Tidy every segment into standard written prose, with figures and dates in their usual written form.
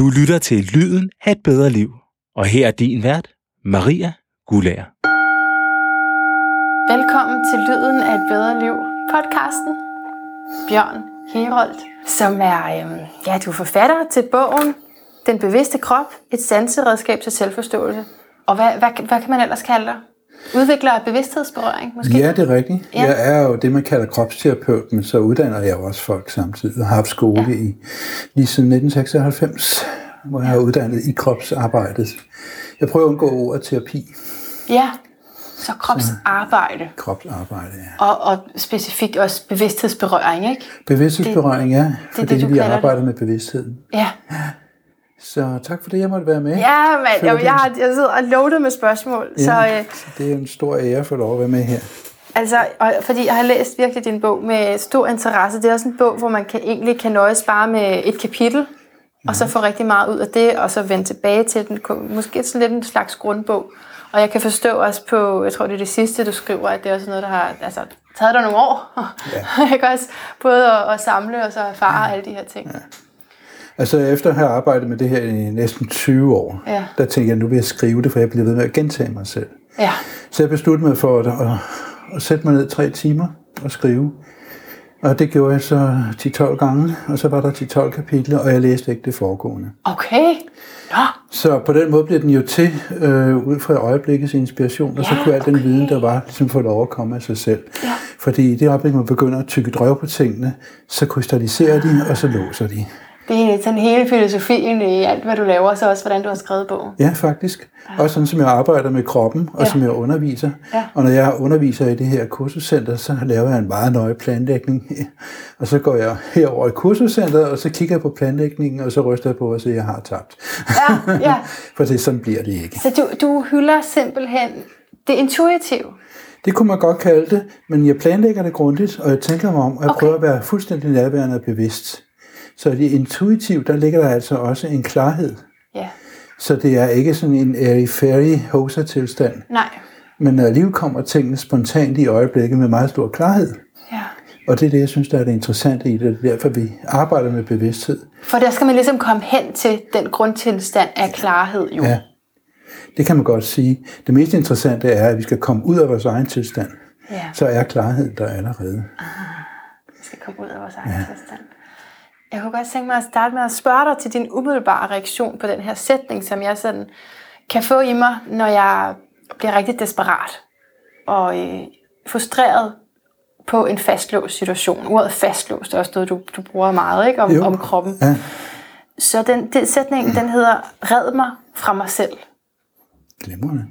Du lytter til Lyden af et bedre liv. Og her er din vært, Maria Guldager. Velkommen til Lyden af et bedre liv podcasten. Bjørn Herold, som er du er forfatter til bogen Den bevidste krop, et sanseredskab til selvforståelse. Og hvad kan man ellers kalde dig? Udvikler af bevidsthedsberøring, måske? Ja, det er rigtigt. Ja. Jeg er jo det, man kalder kropsterapeut, men så uddanner jeg jo også folk samtidig. Jeg har haft skole lige siden 1996, hvor jeg har uddannet i kropsarbejdet. Jeg prøver at undgå ordet terapi. Ja, så kropsarbejde. Kropsarbejde, ja. Og specifikt også bevidsthedsberøring, ikke? Bevidsthedsberøring, ja. Fordi det, vi arbejder med bevidstheden. Ja. Så tak for det, jeg måtte være med. Ja, men jeg sidder og loadet med spørgsmål. Ja, så det er en stor ære at få lov at være med her. Altså, fordi jeg har læst virkelig din bog med stor interesse. Det er også en bog, hvor man egentlig kan nøjes bare med et kapitel, og så få rigtig meget ud af det, og så vende tilbage til den. Måske sådan lidt en slags grundbog. Og jeg kan forstå også på, jeg tror det er det sidste, du skriver, at det er også noget, der har taget dig nogle år. Ja. Ikke også? Både at samle og så erfare alle de her ting. Ja. Altså efter at have arbejdet med det her i næsten 20 år, der tænkte jeg, nu vil jeg skrive det, for jeg bliver ved med at gentage mig selv. Ja. Så jeg besluttede mig for at sætte mig ned 3 timer og skrive. Og det gjorde jeg så 10-12 gange, og så var der 10-12 kapitler, og jeg læste ikke det foregående. Okay. Ja. Så på den måde blev den jo til, ud fra øjeblikkets inspiration, og så kunne al den viden, der var, ligesom få lov at komme af sig selv. Ja. Fordi i det øjeblik, man begynder at tykke drøv på tingene, så krystalliserer de, og så låser de. Det er sådan hele filosofien i alt, hvad du laver, så også hvordan du har skrevet bogen. Ja, faktisk. Også sådan, som jeg arbejder med kroppen, og som jeg underviser. Ja. Og når jeg underviser i det her kursuscenter, så laver jeg en meget nøje planlægning. Og så går jeg herover i kursuscenteret, og så kigger jeg på planlægningen, og så ryster jeg på, og så jeg har tabt. Ja. For sådan bliver det ikke. Så du hylder simpelthen det intuitive? Det kunne man godt kalde det, men jeg planlægger det grundigt, og jeg tænker mig om, at jeg prøver at være fuldstændig nærværende og bevidst. Så det intuitivt, der ligger der altså også en klarhed. Ja. Så det er ikke sådan en airy-fairy hoser-tilstand. Nej. Men alligevel kommer tingene spontant i øjeblikket med meget stor klarhed. Ja. Og det er det, jeg synes, der er det interessante i det. Derfor vi arbejder med bevidsthed. For der skal man ligesom komme hen til den grundtilstand af klarhed, jo. Ja, det kan man godt sige. Det mest interessante er, at vi skal komme ud af vores egen tilstand. Ja. Så er klarhed der allerede. Vi skal komme ud af vores egen tilstand. Jeg kunne godt tænke mig at starte med at spørge dig til din umiddelbare reaktion på den her sætning, som jeg sådan kan få i mig, når jeg bliver rigtig desperat og frustreret på en fastlåst situation. Ordet fastlåst er også noget, du bruger meget, ikke? Om kroppen. Ja. Så den sætningen, den hedder, red mig fra mig selv. Glimrende.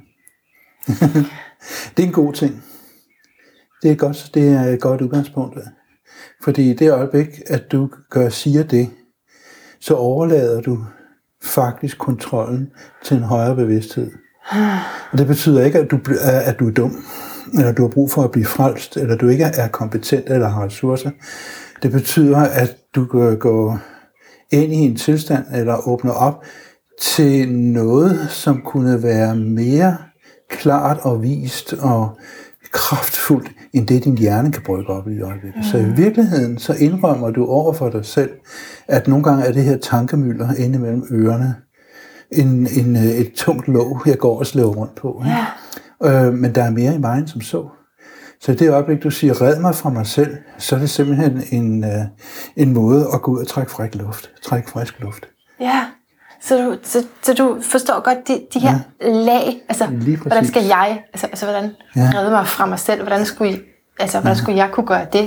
Det er en god ting. Det er et godt udgangspunkt. Fordi i det øjeblik, at du siger det, så overlader du faktisk kontrollen til en højere bevidsthed. Og det betyder ikke, at du er dum, eller du har brug for at blive frelst, eller du ikke er kompetent eller har ressourcer. Det betyder, at du kan gå ind i en tilstand, eller åbne op til noget, som kunne være mere klart og vist og kraftfuldt, end det din hjerne kan brygge op i øjeblikket. Så i virkeligheden, så indrømmer du over for dig selv, at nogle gange er det her tankemylder inde mellem ørerne et tungt låg, jeg går og slæver rundt på. Ja. Men der er mere i mig end som så. Så i det øjeblik, du siger, red mig fra mig selv, så er det simpelthen en måde at gå ud og trække frisk luft. Ja. Så du forstår godt de her lag, altså hvordan skal jeg, altså hvordan redde mig fra mig selv, hvordan skulle jeg kunne gøre det?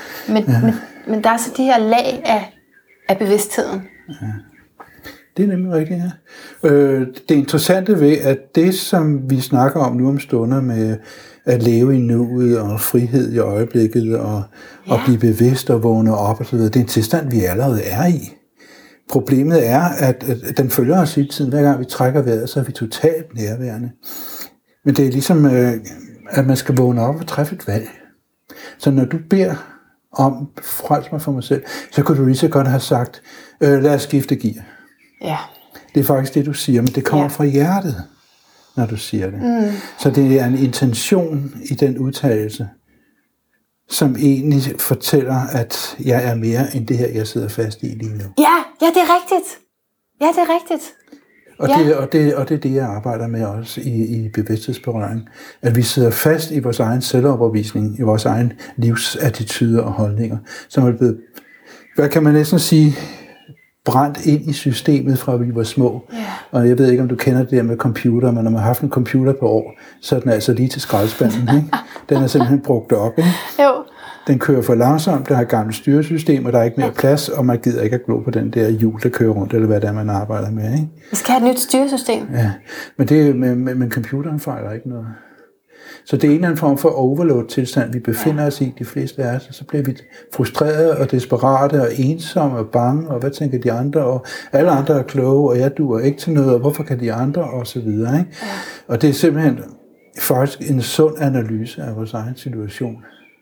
Men der er så de her lag af bevidstheden. Ja. Det er nemlig rigtigt, ja. Det interessante ved, at det, som vi snakker om nu om stunder med at leve i nuet og frihed i øjeblikket og blive bevidst og vågne op og så videre, det er en tilstand, vi allerede er i. Problemet er, at den følger os hele tiden. Hver gang vi trækker vejret, så er vi totalt nærværende. Men det er ligesom, at man skal vågne op og træffe et valg. Så når du beder om, frels mig for mig selv, så kunne du lige så godt have sagt, lad os skifte gear. Ja. Det er faktisk det, du siger, men det kommer fra hjertet, når du siger det. Så det er en intention i den udtalelse, som egentlig fortæller, at jeg er mere end det her, jeg sidder fast i lige nu. Ja, det er rigtigt. Ja, det er rigtigt. Og det er det, jeg arbejder med også i bevidsthedsberøring. At vi sidder fast i vores egen selvoverbevisning, i vores egen livsattituder og holdninger, som er blevet, hvad kan man næsten sige, brændt ind i systemet fra vi var små. Yeah. Og jeg ved ikke, om du kender det der med computer, men når man har haft en computer på år, så er den altså lige til skraldespanden. Ikke? Den er simpelthen brugt op. Ikke? Jo. Den kører for langsomt, der har gamle styresystemer, der er ikke mere plads, og man gider ikke at glo på den der hjul, der kører rundt, eller hvad det er, man arbejder med. Ikke? Vi skal have et nyt styresystem. Ja, men computeren fejler ikke noget. Så det er en eller anden form for overload-tilstand, vi befinder os i, de fleste af os, og så bliver vi frustrerede og desperate og ensomme og bange, og hvad tænker de andre, og alle andre er kloge, og jeg duer ikke til noget, og hvorfor kan de andre, og så videre. Ikke? Ja. Og det er simpelthen faktisk en sund analyse af vores egen situation.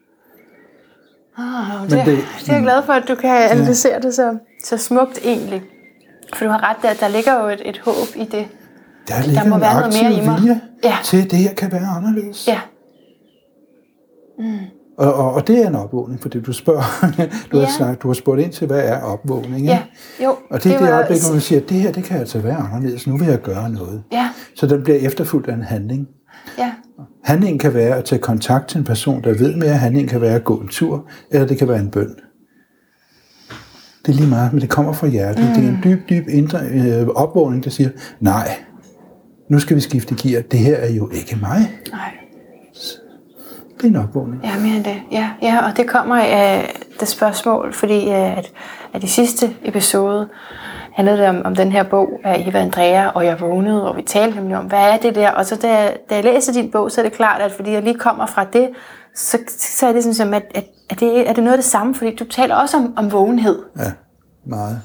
Det er jeg glad for, at du kan analysere det så smukt egentlig. For du har ret der, der ligger jo et håb i det. Der må være noget mere i mig. Til det her kan være anderledes. Ja. Og det er en opvågning, fordi du spørger, du har spurgt ind til, hvad er opvågning? Ja, jo. Og det er det øjeblik, hvor man siger, at det her, det kan altså være anderledes. Nu vil jeg gøre noget. Ja. Så den bliver efterfulgt af en handling. Ja. Handlingen kan være at tage kontakt til en person, der ved mere. Handlingen kan være at gå en tur, eller det kan være en bøn. Det er lige meget, men det kommer fra hjertet. Det er en dyb indre opvågning, der siger, nej, nu skal vi skifte gear. Det her er jo ikke mig. Nej. Det er en opvågning. Ja, mere end det. Ja, og det kommer af det spørgsmål, fordi at i sidste episode handlede det om den her bog af Eva Andrea, og jeg vågnede, og vi talte nemlig om, hvad er det der? Og så da jeg læser din bog, så er det klart, at fordi jeg lige kommer fra det, så er det sådan som, at er det noget af det samme, fordi du taler også om vågenhed. Ja, meget.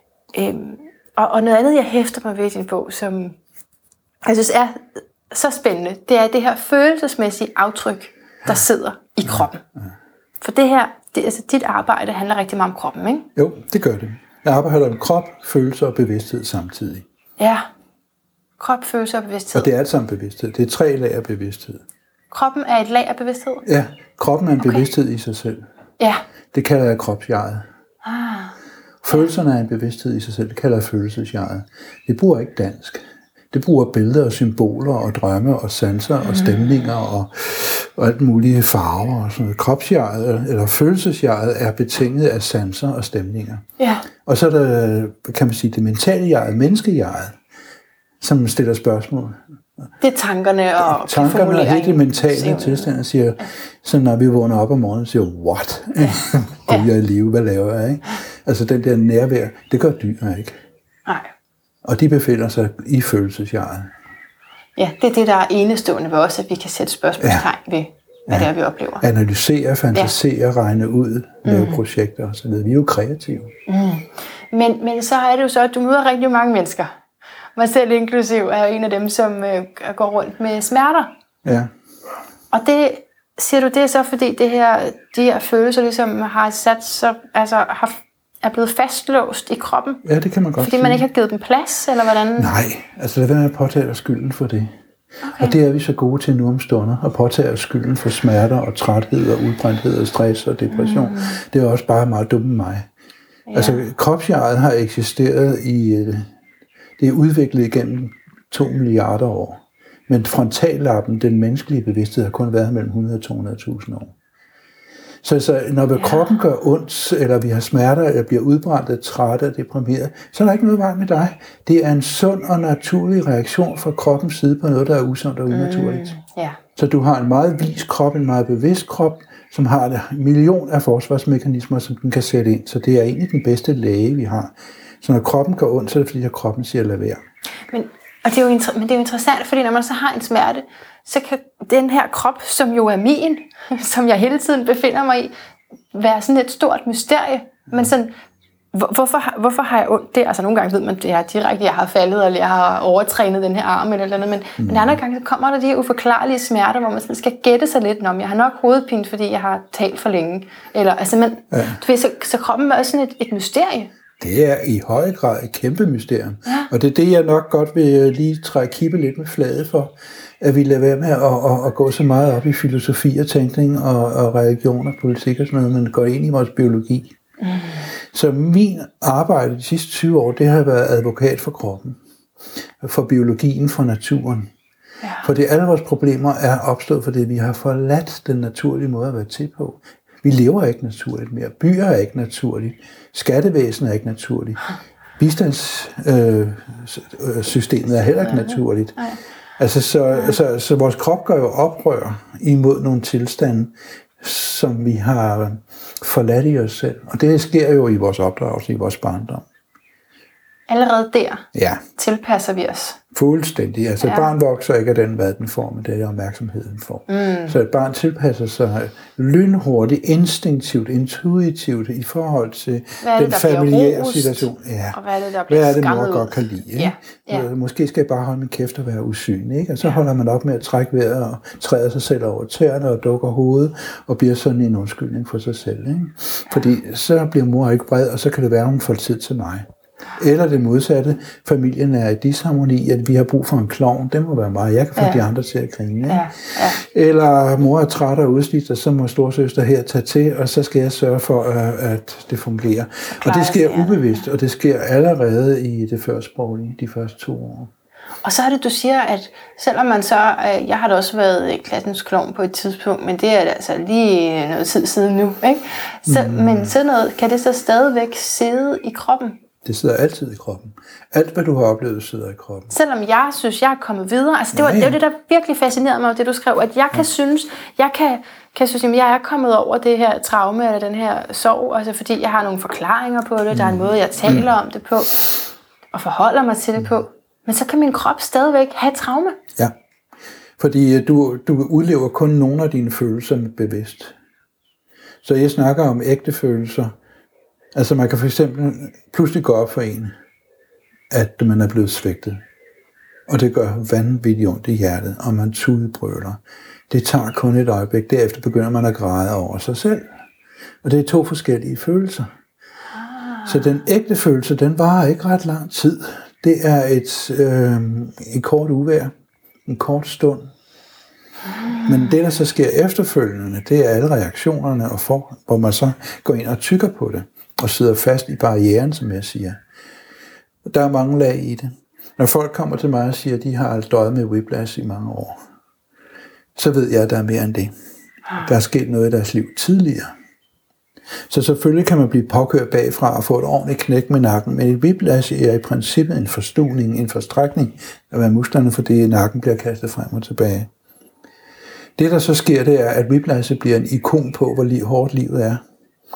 Og noget andet, jeg hæfter mig ved i din bog, som jeg synes er så spændende, det er det her følelsesmæssige aftryk, der sidder i kroppen. For det her, altså dit arbejde handler rigtig meget om kroppen, ikke? Jo, det gør det. Jeg arbejder med krop, følelser og bevidsthed samtidig. Ja, krop, følelser og bevidsthed. Og det er alt sammen bevidsthed. Det er 3 lag af bevidsthed. Kroppen er et lag af bevidsthed? Ja, kroppen er en bevidsthed i sig selv. Ja. Det kalder jeg kropsjeget. Følelserne er en bevidsthed i sig selv. Det kalder jeg følelsesjeget. Det bruger ikke dansk. Det bruger billeder og symboler og drømme og sanser og stemninger og alt mulige farver og sådan noget. Kropsjeget eller følelsesjeget er betinget af sanser og stemninger. Ja. Og så er der, kan man sige, det mentale jeget, menneskejeget, som stiller spørgsmål. Det er tankerne og helt det mentale tilstand, siger, så når vi vågner op om morgenen, siger what? Gud, jeg er i live, hvad laver jeg? Ikke? Altså den der nærvær, det gør dyr ikke. Nej. Og de befinder sig i følelsesjeget. Ja, det er det, der er enestående ved os, at vi kan sætte spørgsmålstegn ved, hvad det er, vi oplever. Analysere, fantasere, regne ud, lave projekter osv. Vi er jo kreative. Men så er det jo så, at du møder rigtig mange mennesker. Mig selv inklusiv er en af dem, som går rundt med smerter. Ja. Og det, siger du, det er så fordi de her følelser ligesom har sat så, altså er blevet fastlåst i kroppen? Ja, det kan man godt Fordi man ikke har givet dem plads, eller hvordan? Nej, altså lad være med at påtage dig skylden for det. Okay. Og det er vi så gode til nu om stunder, at påtage os skylden for smerter og træthed og udbrændthed og stress og depression. Det er også bare meget dumt mig. Ja. Altså kropsjeget har eksisteret det er udviklet igennem 2 milliarder år. Men frontallappen, den menneskelige bevidsthed, har kun været mellem 100 og 200.000 år. Så når kroppen gør ondt, eller vi har smerter, eller bliver udbrændt, trætte og deprimeret, så er der ikke noget vej med dig. Det er en sund og naturlig reaktion fra kroppens side på noget, der er usundt og unaturligt. Så du har en meget vis krop, en meget bevidst krop, som har en million af forsvarsmekanismer, som den kan sætte ind. Så det er egentlig den bedste læge, vi har. Så når kroppen går ondt, så er det fordi, at kroppen siger, lad være. Men det er jo interessant, fordi når man så har en smerte, så kan den her krop, som jo er min, som jeg hele tiden befinder mig i, være sådan et stort mysterie. Men sådan, hvorfor har jeg ondt der? Altså nogle gange ved man, det er direkte, jeg har faldet, eller jeg har overtrænet den her arm, eller noget, men andre gange så kommer der de her uforklarlige smerter, hvor man sådan skal gætte sig lidt om, jeg har nok hovedpine, fordi jeg har talt for længe. Eller, altså, du ved, så kroppen er også sådan et mysterie. Det er i høj grad et kæmpe mysterium. Ja. Og det er det, jeg nok godt vil lige kippe lidt med fladet for, at vi lader være med at gå så meget op i filosofi og tænkning og religion og politik og sådan noget, men går ind i vores biologi. Så min arbejde de sidste 20 år, det har været advokat for kroppen, for biologien, for naturen. Ja. Fordi alle vores problemer er opstået, fordi vi har forladt den naturlige måde at være til på. Vi lever ikke naturligt mere. Byer er ikke naturligt. Skattevæsenet er ikke naturligt. Bistandssystemet er heller ikke naturligt. Altså, så vores krop gør jo oprør imod nogle tilstande, som vi har forladt i os selv. Og det sker jo i vores opdragelse, i vores barndom. Allerede der tilpasser vi os. Fuldstændig. Altså et barn vokser ikke af den mad, den får, men det er opmærksomheden får. Så et barn tilpasser sig lynhurtigt, instinktivt, intuitivt i forhold til den familiære situation. Ja. Og hvad er det, der bliver skammet ud? Hvad er det, mor godt kan lide? Ja. Måske skal jeg bare holde min kæft og være usynlig. Ikke? Og så holder man op med at trække vejret og træder sig selv over tæerne og dukker hovedet og bliver sådan en undskyldning for sig selv. Ikke? Fordi så bliver mor ikke vred, og så kan det være, at hun får tid til mig. Eller det modsatte, familien er i disharmoni, at vi har brug for en klovn, det må være mig, jeg kan få de andre til at grine. Eller mor er træt og udslidt, og så må storsøster her tage til, og så skal jeg sørge for, at det fungerer. Og det sker ubevidst, og det sker allerede i det førstsproglige, de første 2 år. Og så er det, du siger, at selvom man så, jeg har da også været klassens klovn på et tidspunkt, men det er altså lige noget tid siden nu, ikke? Men sådan noget, kan det så stadigvæk sidde i kroppen? Det sidder altid i kroppen. Alt, hvad du har oplevet, sidder i kroppen. Selvom jeg synes, jeg er kommet videre. Altså, det var det, der virkelig fascinerede mig, det du skrev, at jeg kan synes, jeg synes, at jeg er kommet over det her traume, eller den her sorg, altså fordi jeg har nogle forklaringer på det, der er en måde, jeg taler om det på, og forholder mig til det på. Men så kan min krop stadigvæk have traume. Ja, fordi du udlever kun nogle af dine følelser bevidst. Så jeg snakker om ægte følelser. Altså man kan for eksempel pludselig gå op for en, at man er blevet svigtet. Og det gør vanvittigt ondt i hjertet, og man tudebrøler. Det tager kun et øjeblik, derefter begynder man at græde over sig selv. Og det er 2 forskellige følelser. Så den ægte følelse, den varer ikke ret lang tid. Det er et kort uvejr, en kort stund. Men det, der så sker efterfølgende, det er alle reaktionerne, hvor man så går ind og tykker på det, og sidder fast i barrieren, som jeg siger. Der er mange lag i det. Når folk kommer til mig og siger, at de har døjet med whiplash i mange år, så ved jeg, at der er mere end det. Der er sket noget i deres liv tidligere. Så selvfølgelig kan man blive påkørt bagfra og få et ordentligt knæk med nakken, men et whiplash er i princippet en forstuning, en forstrækning af musklerne, fordi nakken bliver kastet frem og tilbage. Det, der så sker, det er, at whiplash bliver en ikon på, hvor hårdt livet er.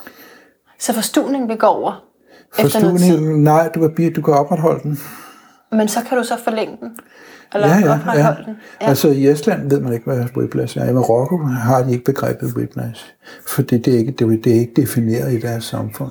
Så forstuningen vil gå over efter noget tid? Nej, du kan opretholde den. Men så kan du så forlænge den? Eller opretholde den? Ja. Altså i Estland ved man ikke, hvad whiplash er. I Marokko har de ikke begrebet whiplash, for det er ikke defineret i deres samfund.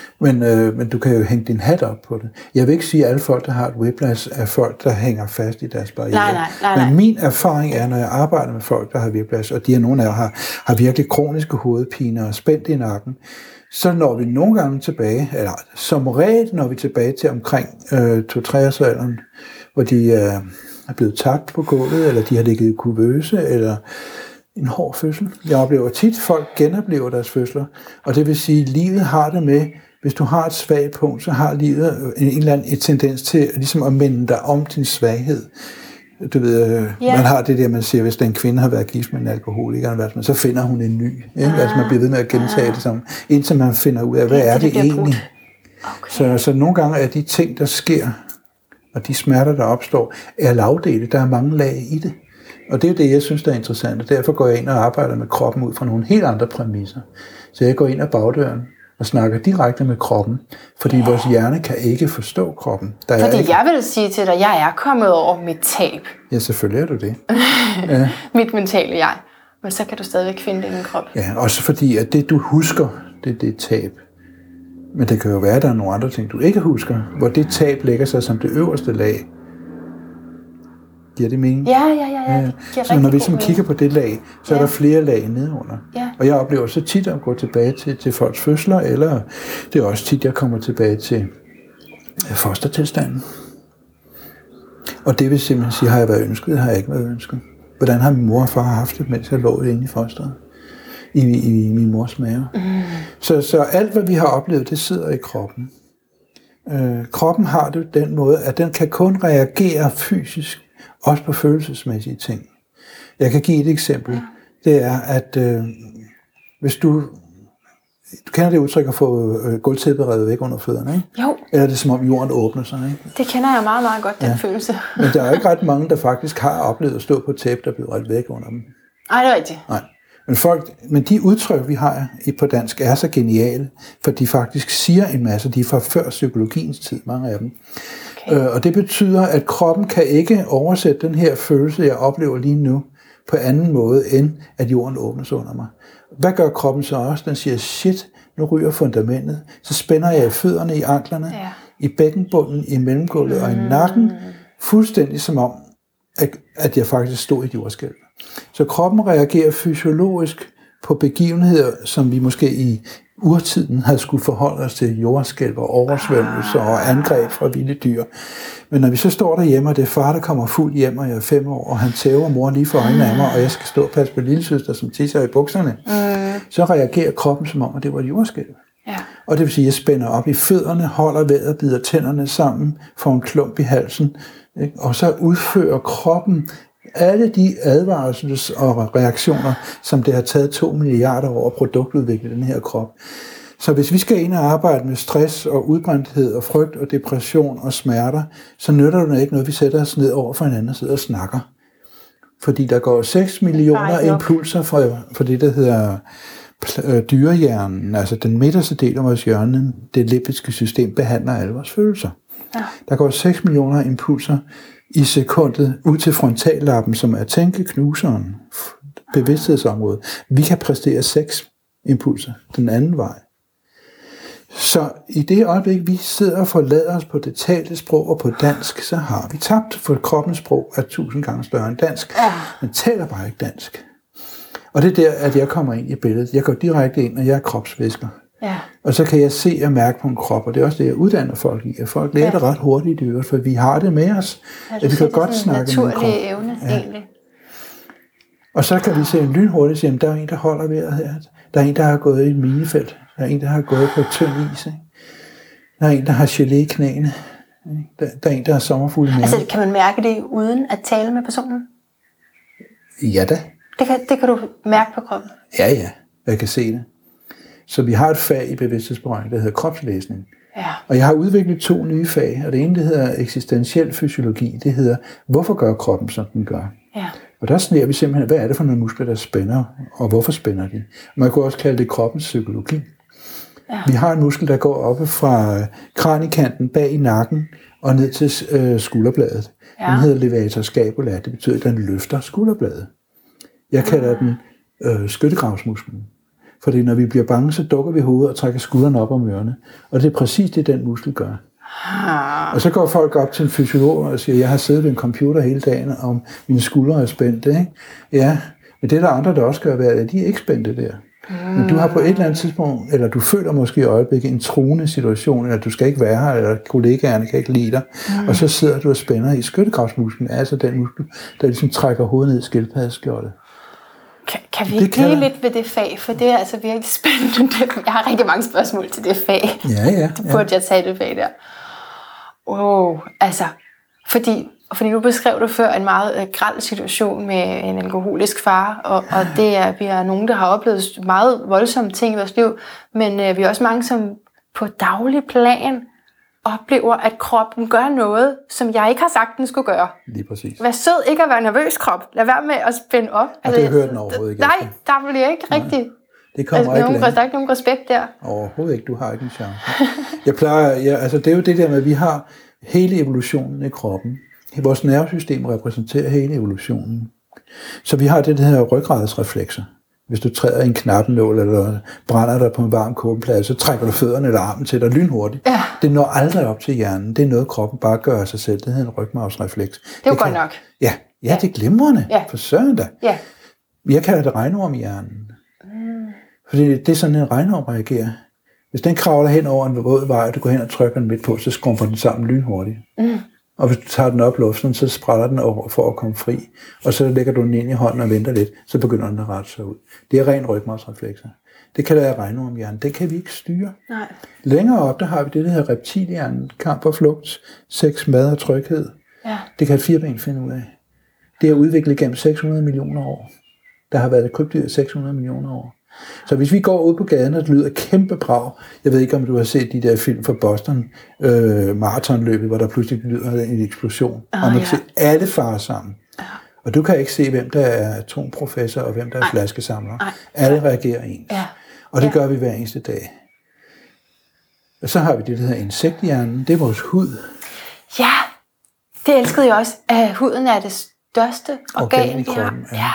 Men du kan jo hænge din hat op på det. Jeg vil ikke sige, at alle folk, der har et whiplash, er folk, der hænger fast i deres barriere. Nej. Men min erfaring er, når jeg arbejder med folk, der har whiplash, og nogle af jer har virkelig kroniske hovedpiner og spændt i nakken, så når vi nogle gange tilbage, eller som regel når vi tilbage til omkring 2-3-årsalderen, hvor de er blevet tabt på gulvet, eller de har ligget i kuvøse, eller en hård fødsel. Jeg oplever tit, at folk genoplever deres fødsler, og det vil sige, at livet har det med, hvis du har et svagt punkt, så har livet en eller anden tendens til ligesom at minde dig om din svaghed. Du ved, man har det der, man siger, hvis den kvinde har været gift med en alkoholiker, så finder hun en ny. Altså man bliver ved med at gentage det sammen, indtil man finder ud af, hvad er det egentlig. Okay. Så nogle gange er de ting, der sker, og de smerter, der opstår, er lavdele. Der er mange lag i det. Og det er det, jeg synes, der er interessant. Og derfor går jeg ind og arbejder med kroppen ud fra nogle helt andre præmisser. Så jeg går ind ad bagdøren og snakker direkte med kroppen, fordi vores hjerne kan ikke forstå kroppen. Jeg vil sige til dig, at jeg er kommet over mit tab. Ja, selvfølgelig er du det. Ja. Mit mentale jeg. Men så kan du stadigvæk finde det i din krop. Ja, også fordi, at det du husker, det er tab. Men det kan jo være, at der er nogle andre ting, du ikke husker, hvor det tab lægger sig som det øverste lag. Giver det mening? Ja. Så når vi kigger på det lag, så er der flere lag nedenunder. Ja. Og jeg oplever så tit at gå tilbage til folks fødsler, eller det er også tit, jeg kommer tilbage til fostertilstanden. Og det vil simpelthen sige, har jeg været ønsket, har jeg ikke været ønsket. Hvordan har min mor og far haft det, mens jeg lå inde i fosteret? i min mors mave. Så alt, hvad vi har oplevet, det sidder i kroppen. Kroppen har det den måde, at den kan kun reagere fysisk, også på følelsesmæssige ting. Jeg kan give et eksempel. Det er, at hvis du kender det udtryk at få gulvtæppet revet væk under fødderne, ikke? Jo. Eller det er som om jorden åbner sig, ikke? Det kender jeg meget, meget godt, den følelse. Men der er ikke ret mange, der faktisk har oplevet at stå på et tæppe, der bliver revet væk under dem. Nej, det er rigtigt. Nej. Men de udtryk, vi har på dansk, er så geniale, for de faktisk siger en masse. De er fra før psykologiens tid, mange af dem. Okay. Og det betyder, at kroppen kan ikke oversætte den her følelse, jeg oplever lige nu, på anden måde, end at jorden åbner sig under mig. Hvad gør kroppen så også? Den siger, shit, nu ryger fundamentet. Så spænder jeg fødderne i anklerne, i bækkenbunden, i mellemgulvet og i nakken, fuldstændig som om, at jeg faktisk stod i et jordskælv. Så kroppen reagerer fysiologisk på begivenheder, som vi måske i urtiden havde skulle forholde os til, jordskælv og oversvømmelser og angreb fra vilde dyr. Men når vi så står derhjemme, og det er far, der kommer fuld hjem, og jeg er 5 år, og han tæver mor lige for øjnene af mig, og jeg skal stå og passe på lillesøster, som tisser i bukserne, så reagerer kroppen som om, at det var et jordskælv. Ja. Og det vil sige, at jeg spænder op i fødderne, holder vejret, bider tænderne sammen, får en klump i halsen, ikke? Og så udfører kroppen alle de advarsels- og reaktioner, som det har taget 2 milliarder år at produktudvikle den her krop. Så hvis vi skal ind og arbejde med stress og udbrændthed og frygt og depression og smerter, så nytter det ikke noget, vi sætter os ned over for hinanden og sidder og snakker. Fordi der går 6 millioner impulser fra det, der hedder dyrehjernen, altså den midterste del af vores hjerne, det limbiske system, behandler alle vores følelser. Ja. Der går 6 millioner impulser i sekundet ud til frontallappen, som er tænkeknuseren, bevidsthedsområdet. Vi kan præstere 6 impulser den anden vej. Så i det øjeblik, vi sidder og forlader os på det talte sprog og på dansk, så har vi tabt, for kroppens sprog er 1000 gange større end dansk. Man taler bare ikke dansk. Og det er der, at jeg kommer ind i billedet. Jeg går direkte ind, og jeg er kropsvæsker. Ja. Og så kan jeg se og mærke på en krop, og det er også det, jeg uddanner folk i. At folk lærer det ret hurtigt i øvrigt, for vi har det med os. At vi kan godt snakke med en krop. Evne, egentlig. Og så kan vi se en lynhurtigt, at der er en, der holder vejret her. Der er en, der har gået i et minefelt. Der er en, der har gået på tynd is. Ikke? Der er en, der har gelé i knæene. Der er en, der har sommerfugle i maven. Altså, kan man mærke det uden at tale med personen? Ja da. Det kan du mærke på kroppen? Ja. Jeg kan se det. Så vi har et fag i bevidsthedsberøring, der hedder kropslæsning. Ja. Og jeg har udviklet 2 nye fag, og det ene, det hedder eksistentiel fysiologi. Det hedder, hvorfor gør kroppen, som den gør? Ja. Og der sneer vi simpelthen, hvad er det for nogle muskler, der spænder, og hvorfor spænder de? Man kunne også kalde det kroppens psykologi. Ja. Vi har en muskel, der går oppe fra kranikanten bag i nakken og ned til skulderbladet. Ja. Den hedder levator scapula. Det betyder, at den løfter skulderbladet. Jeg kalder den skyttegravsmusklen. Fordi når vi bliver bange, så dukker vi hovedet og trækker skuldrene op om ørerne. Og det er præcis det, den muskel gør. Og så går folk op til en fysiolog og siger, jeg har siddet ved en computer hele dagen, og mine skuldre er spændte. Ikke? Ja, men det er der andre, der også gør værd, at de er ikke spændte der. Men du har på et eller andet tidspunkt, eller du føler måske i øjeblikket en truende situation, eller du skal ikke være her, eller kollegaerne kan ikke lide dig, og så sidder du og spænder i skyttegravsmusklen, altså den muskel, der ligesom trækker hovedet ned i skildpaddeskjoldet. Kan vi blive lidt ved det fag, for det er altså virkelig spændende. Jeg har rigtig mange spørgsmål til det fag. Ja. Burde jeg tage det fag der? Altså, fordi nu beskrev du før en meget grel situation med en alkoholisk far, og det er, vi er nogen, der har oplevet meget voldsomme ting i vores liv, men vi er også mange, som på daglig plan oplever, at kroppen gør noget, som jeg ikke har sagt, den skulle gøre. Lige præcis. Vær sød ikke at være nervøs, krop. Lad være med at spænde op. Altså, det hører den overhovedet ikke. Nej, der bliver ikke rigtig. Det kommer ikke der er ikke nogen respekt der. Overhovedet ikke. Du har ikke en chance. Det er jo det der med, at vi har hele evolutionen i kroppen. Vores nervesystem repræsenterer hele evolutionen. Så vi har det, der hedder ryggradsreflekser. Hvis du træder i en knappenål, eller brænder dig på en varm kogeplade, så trækker du fødderne eller armen til dig lynhurtigt. Ja. Det når aldrig op til hjernen. Det er noget, kroppen bare gør af sig selv. Det hedder en rygmarvsrefleks. Det er jo godt nok. Ja, det er glimrende. Ja. For søren da. Ja. Jeg kalder det regnorm i hjernen. Fordi det er sådan, en regnorm reagerer. Hvis den kravler hen over en våd vej, og du går hen og trykker den midt på, så skrumper den sammen lynhurtigt. Og hvis du tager den op luften, så sprætter den over for at komme fri. Og så lægger du den ind i hånden og venter lidt, så begynder den at rette sig ud. Det er ren rygmarvsreflekser. Det kan være regnormhjernen. Det kan vi ikke styre. Nej. Længere op, der har vi det, der hedder reptilhjernen. Kamp og flugt, sex, mad og tryghed. Ja. Det kan et firben finde ud af. Det er udviklet gennem 600 millioner år. Der har været et krybdyr i 600 millioner år. Så hvis vi går ud på gaden, og det lyder kæmpe brag, jeg ved ikke, om du har set de der film fra Boston, maratonløbet, hvor der pludselig lyder en eksplosion, og man kan se alle farer sammen. Ja. Og du kan ikke se, hvem der er atomprofessor, og hvem der er flaskesamler. Alle reagerer ens. Ja. Og det gør vi hver eneste dag. Og så har vi det, der hedder insekthjernen. Det er vores hud. Ja, det elskede jeg også. Huden er det største organ, i kroppen. Ja.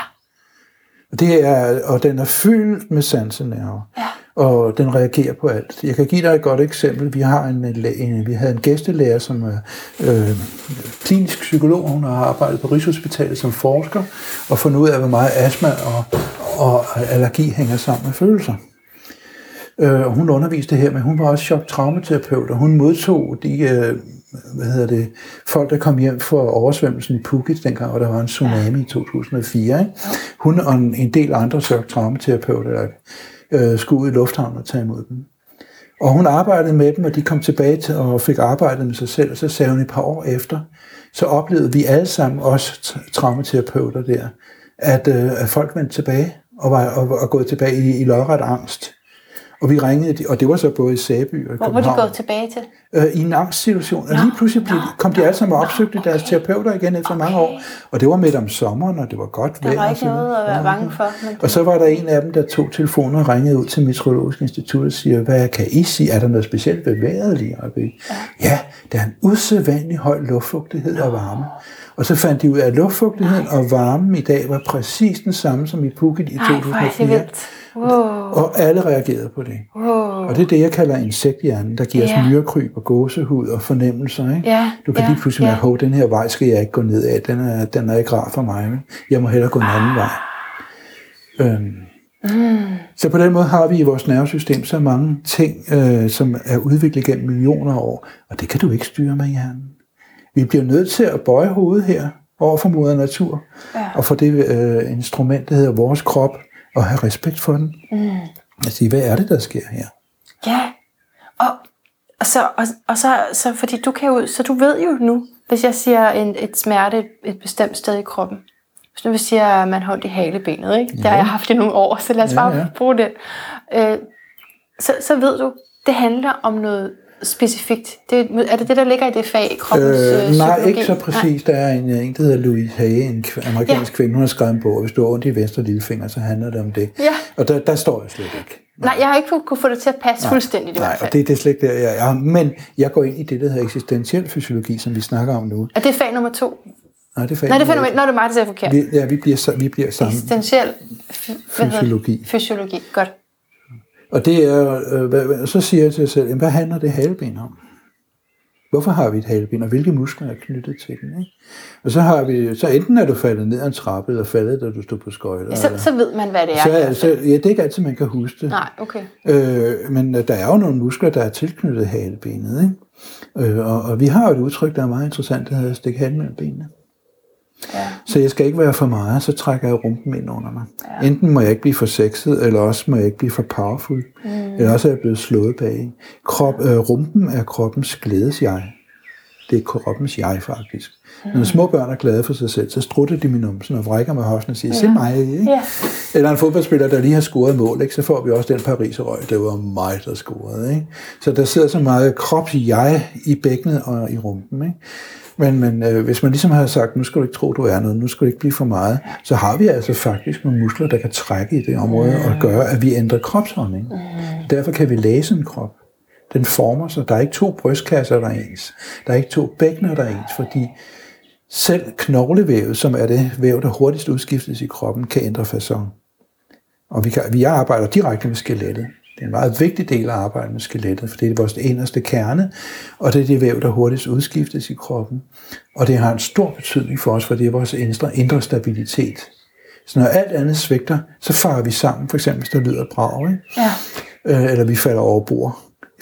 Og den er fyldt med sansenerver, og den reagerer på alt. Jeg kan give dig et godt eksempel. Vi havde en gæstelærer, som er klinisk psykolog. Hun har arbejdet på Rigshospitalet som forsker, og fundet ud af, hvor meget astma og allergi hænger sammen med følelser. Og hun underviste her, men hun var også chok-traumaterapeut, og hun modtog de folk, der kom hjem for oversvømmelsen i Phuket dengang, og der var en tsunami i 2004. Ikke? Hun og en del andre chok-traumaterapeuter skulle ud i lufthavnen og tage imod dem. Og hun arbejdede med dem, og de kom tilbage til og fik arbejdet med sig selv, og så sagde hun et par år efter, så oplevede vi alle sammen, også traumaterapeuter der, at folk vendte tilbage og var gået tilbage i lodret angst. Og vi ringede, og det var så både i Sæby og i København. Hvor var de gået tilbage til? I en angstsituation. Og lige pludselig kom de alle sammen og opsøgte deres terapeuter igen efter mange år. Og det var midt om sommeren, og det var godt vejr. Der var ikke noget at være bange for. Og så var der en af dem, der tog telefonen og ringede ud til Meteorologisk Institut og siger, hvad kan I sige? Er der noget specielt ved vejret lige oppe? Ja, der er en usædvanlig høj luftfugtighed og varme. Og så fandt de ud af, at luftfugtigheden og varmen i dag var præcis den samme som i Phuket i 2004. Wow. Og alle reagerede på det. Wow. Og det er det, jeg kalder insekthjernen, der giver os myrekryb og gåsehud og fornemmelser. Ikke? Yeah. Du kan lige pludselig mærke, den her vej skal jeg ikke gå ned af. Den er ikke rar for mig. Ikke? Jeg må hellere gå en anden vej. Så på den måde har vi i vores nervesystem så mange ting, som er udviklet gennem millioner af år. Og det kan du ikke styre med hjernen. Vi bliver nødt til at bøje hovedet her over for moder natur. Og for det instrument, der hedder vores krop, og have respekt for den. Og sige, hvad er det, der sker her? Ja, og så fordi du kan jo, så du ved jo nu, hvis jeg siger et smerte et bestemt sted i kroppen. Hvis nu vi siger, at man holdt i halebenet, ikke? Det har jeg haft i nogle år, så lad os bare bruge den. Så ved du, det handler om noget specifikt. Er det det, der ligger i det fag i kroppens psykologi? Nej, ikke så præcis. Der er en der hedder Louise Hay, en amerikansk kvinde, hun har skrevet en bog, hvis du har ondt i venstre lillefinger, så handler det om det. Ja. Og der står jeg slet ikke. Nej, jeg har ikke kunne få det til at passe fuldstændigt i hvert fald. Og det er slet ikke der, jeg er. Men jeg går ind i det, der hedder eksistentiel fysiologi, som vi snakker om nu. Er det fag nummer 2? Nej, det er fag nummer 1. Nå, det er mig, der siger forkert. Vi bliver sammen. Eksistentiel fysiologi. Fysiologi, godt. Og det er, så siger jeg til mig selv, hvad handler det haleben om? Hvorfor har vi et haleben, og hvilke muskler er knyttet til den? Ikke? Og så enten er du faldet ned ad en trappe, eller faldet, da du stod på skøjter. Ja, så ved man, hvad det er. Det er ikke altid, man kan huske det. Nej, okay. Men der er jo nogle muskler, der er tilknyttet halebenet. Ikke? Og vi har jo et udtryk, der er meget interessant, der hedder at stikke halen mellem benene. Ja. Så jeg skal ikke være for meget, så trækker jeg rumpen ind under mig. Ja. Enten må jeg ikke blive for sexet, eller også må jeg ikke blive for powerful. Eller også er jeg blevet slået bag. Rumpen er kroppens glædes-jeg. Det er kroppens jeg, faktisk. Når små børn er glade for sig selv, så strutter de med numsen og vrikker med hosten og siger, se mig. Ikke? Ja. Eller en fodboldspiller, der lige har scoret mål, ikke? Så får vi også den Paris-røg, det var mig, der scorede. Ikke? Så der sidder så meget krops-jeg i bækkenet og i rumpen. Ikke? Men hvis man ligesom har sagt, nu skal du ikke tro, du er noget, nu skal du ikke blive for meget, så har vi altså faktisk nogle muskler, der kan trække i det område og gøre, at vi ændrer kropsholdning. Derfor kan vi læse en krop. Den former sig. Der er ikke 2 brystkasser, der er ens. Der er ikke 2 bækkener, der er ens, fordi selv knoglevævet, som er det væv, der hurtigst udskiftes i kroppen, kan ændre facon. Og vi arbejder direkte med skelettet. Det er en meget vigtig del af arbejdet med skelettet, for det er vores inderste kerne, og det er det væv, der hurtigst udskiftes i kroppen. Og det har en stor betydning for os, for det er vores indre stabilitet. Så når alt andet svigter, så farer vi sammen, for eksempel hvis der lyder brag, ikke? Ja. Eller vi falder over bord.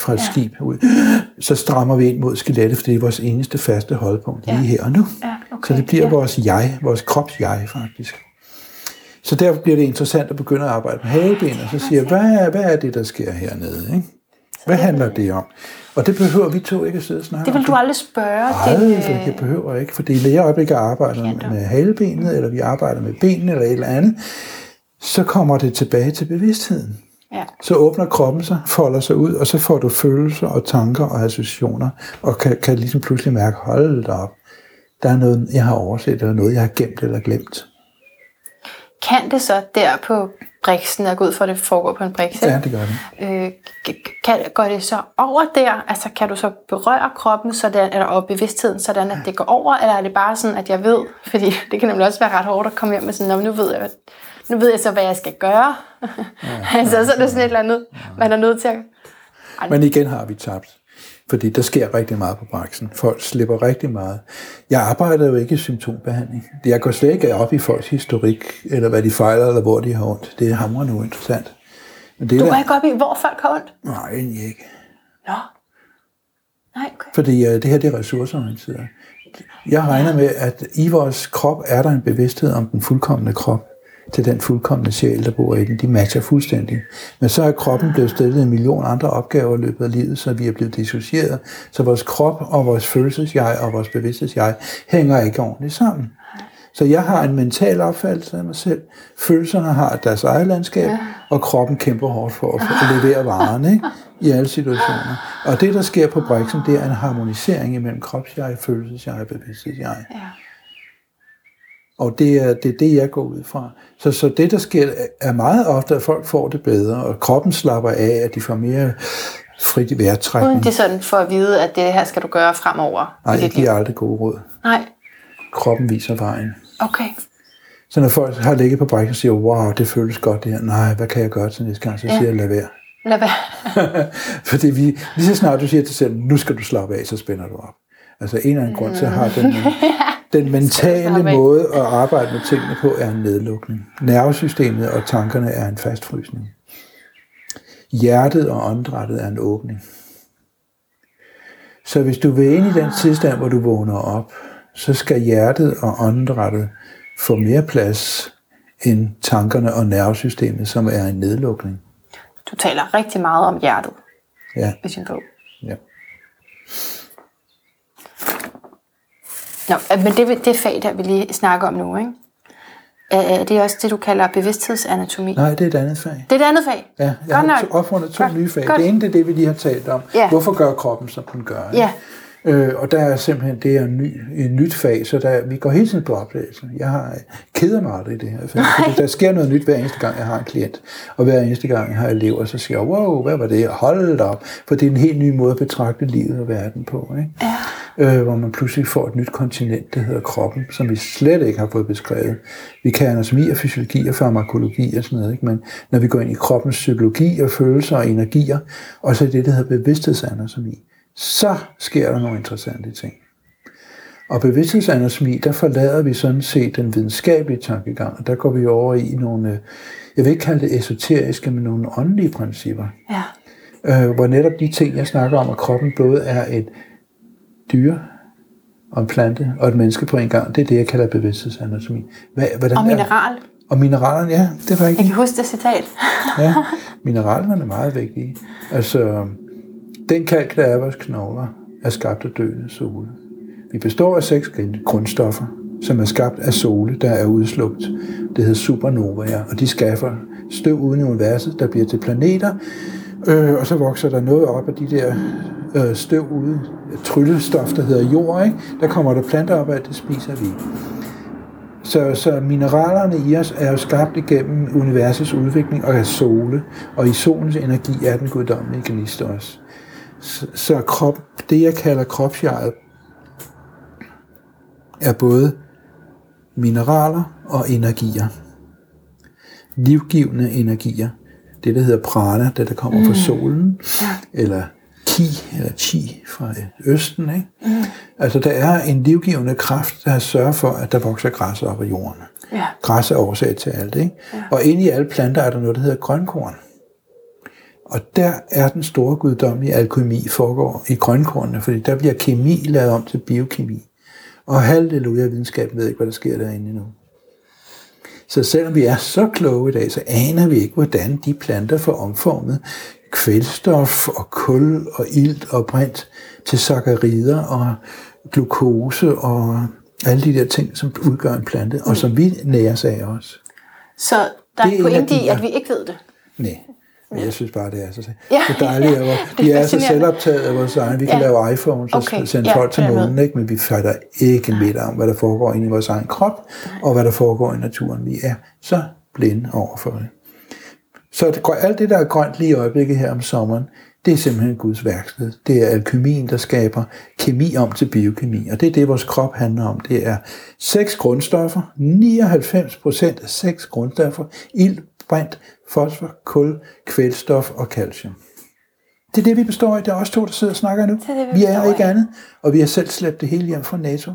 fra et skib ud, så strammer vi ind mod skelettet, for det er vores eneste faste holdpunkt lige her og nu. Ja, okay. Så det bliver vores jeg, vores krops-jeg faktisk. Så derfor bliver det interessant at begynde at arbejde med haleben, og så siger hvad er det, der sker hernede? Ikke? Hvad handler det om? Og det behøver vi to ikke at sidde og snakke om. Det vil du aldrig spørge? Det behøver ikke, fordi når jeg øjeblik arbejder med halebenet, eller vi arbejder med benene, eller et eller andet, så kommer det tilbage til bevidstheden. Ja. Så åbner kroppen sig, folder sig ud, og så får du følelser og tanker og associationer, og kan ligesom pludselig mærke, hold da op, der er noget, jeg har overset, eller noget, jeg har gemt eller glemt. Kan det så der på briksen, og gå ud for, at det foregår på en briks? Ja, det gør det. Går det så over der? Altså kan du så berøre kroppen sådan, eller og bevidstheden, sådan at det går over, eller er det bare sådan, at jeg ved, fordi det kan nemlig også være ret hårdt at komme hjem med sådan, nu ved jeg så, hvad jeg skal gøre. Altså så er det sådan et eller andet, man er nødt til at... Men igen har vi tabt. Fordi der sker rigtig meget på briksen. Folk slipper rigtig meget. Jeg arbejder jo ikke i symptombehandling. Jeg går slet ikke op i folks historik, eller hvad de fejler, eller hvor de har ondt. Det er hamrende uinteressant. Men det du går ikke op i, hvor folk har ondt? Nej, egentlig ikke. Nå. Nej, okay. Fordi det her, det er ressourceorienteret. Jeg regner med, at i vores krop er der en bevidsthed om den fuldkomne krop, til den fuldkomne sjæl, der bor i den. De matcher fuldstændig. Men så er kroppen blevet stillet en million andre opgaver i løbet af livet, så vi er blevet dissocieret. Så vores krop og vores følelsesjeg og vores bevidsthedsjeg hænger ikke ordentligt sammen. Så jeg har en mental opfattelse af mig selv. Følelserne har deres eget landskab, og kroppen kæmper hårdt for at levere varen, ikke? I alle situationer. Og det, der sker på briksen, det er en harmonisering imellem kropsjeg, følelsesjeg og bevidsthedsjeg. Ja. Og det er det, jeg går ud fra. Så det, der sker, er meget ofte, at folk får det bedre, og kroppen slapper af, at de får mere frit i vejrtrækning. Uden det sådan for at vide, at det her skal du gøre fremover? Nej, jeg giver aldrig gode råd. Nej. Kroppen viser vejen. Okay. Så når folk har ligget på brækken og siger, wow, det føles godt det her. Nej, hvad kan jeg gøre til næste gang? Så siger jeg, lad være. Lad være. Fordi lige så snart du siger til dig selv, nu skal du slappe af, så spænder du op. Altså en eller anden grund til at have den mentale måde at arbejde med tingene på er en nedlukning. Nervesystemet og tankerne er en fastfrysning. Hjertet og åndedrættet er en åbning. Så hvis du vil ind i den tilstand, hvor du vågner op, så skal hjertet og åndedrættet få mere plads end tankerne og nervesystemet, som er en nedlukning. Du taler rigtig meget om hjertet i sin bog. Ja. Nå, men det fag, der vi lige snakker om nu, ikke? Er det også det, du kalder bevidsthedsanatomi? Nej, det er et andet fag. Det er et andet fag? Ja, jeg har opfundet to nye fag. Det ene, det er det, vi lige har talt om. Ja. Hvorfor gør kroppen, som den gør? Ikke? Ja. Og der er simpelthen, det er et nyt fag, så vi går hele tiden på opdagelse. Jeg keder mig aldrig i det her fag. Der sker noget nyt hver eneste gang, jeg har en klient. Og hver eneste gang, jeg har elever, så siger jeg, wow, hvad var det? Hold det op. For det er en helt ny måde at betragte livet og verden på. Ikke? Ja. Hvor man pludselig får et nyt kontinent, der hedder kroppen, som vi slet ikke har fået beskrevet. Vi kan anatomi og fysiologi og farmakologi og sådan noget. Ikke? Men når vi går ind i kroppens psykologi og følelser og energier, og så det, der hedder bevidsthedsanatomi, så sker der nogle interessante ting. Og bevidsthedsanatomi, der forlader vi sådan set den videnskabelige tankegang, og der går vi over i nogle, jeg vil ikke kalde det esoteriske, men nogle åndelige principper. Ja. Hvor netop de ting, jeg snakker om, at kroppen både er et dyr, og en plante, og et menneske på en gang, det er det, jeg kalder bevidsthedsanatomi. Og mineral. Og mineralerne, ja, det er rigtigt. Jeg kan huske det citat. Ja, mineralerne er meget vigtige. Altså, den kalk, der er vores knogler, er skabt af døende sole. Vi består af 6 grundstoffer, som er skabt af sole, der er udslugt. Det hedder supernovaer, og de skaffer støv uden i universet, der bliver til planeter, og så vokser der noget op af de der støv ude, tryllestof, der hedder jord, ikke? Der kommer der planter op af, det spiser vi. Så mineralerne i os er jo skabt igennem universets udvikling og af sole, og i solens energi er den guddommelige gnist også. Så det, jeg kalder kropsjeget, er både mineraler og energier. Livgivende energier. Det, der hedder prana, det der kommer fra solen, eller ki, eller chi fra østen. Ikke? Altså, der er en livgivende kraft, der sørger for, at der vokser græs op af jorden. Ja. Græs er årsag til alt. Ikke? Ja. Og inde i alle planter er der noget, der hedder grønkorn. Og der er den store guddommelige alkemi foregår i grønkornene, fordi der bliver kemi lavet om til biokemi. Og halleluja, videnskaben ved ikke, hvad der sker derinde endnu. Så selvom vi er så kloge i dag, så aner vi ikke, hvordan de planter får omformet kvælstof og kul og ilt og brint til sakkarider og glukose og alle de der ting, som udgør en plante, og som vi næres af også. Så der er en pointe i, at vi ikke ved det? Nej. Men jeg synes bare, det er så dejligt. Vi er så selvoptaget af vores egen. Vi kan lave iPhones og sende folk til månen, ikke? Men vi fatter ikke midt om, hvad der foregår inde i vores egen krop, og hvad der foregår i naturen. Vi er så blinde over for det. Så alt det, der er grønt lige i øjeblikket her om sommeren, det er simpelthen Guds værksted. Det er alkemien, der skaber kemi om til biokemi. Og det er det, vores krop handler om. Det er 6 grundstoffer. 99% af 6 grundstoffer. Ilt, brint, fosfor, kul, kvælstof og calcium. Det er det, vi består i. Det er os 2, der sidder og snakker nu. Vi er ikke andet. Og vi har selv slæbt det hele hjem fra NATO.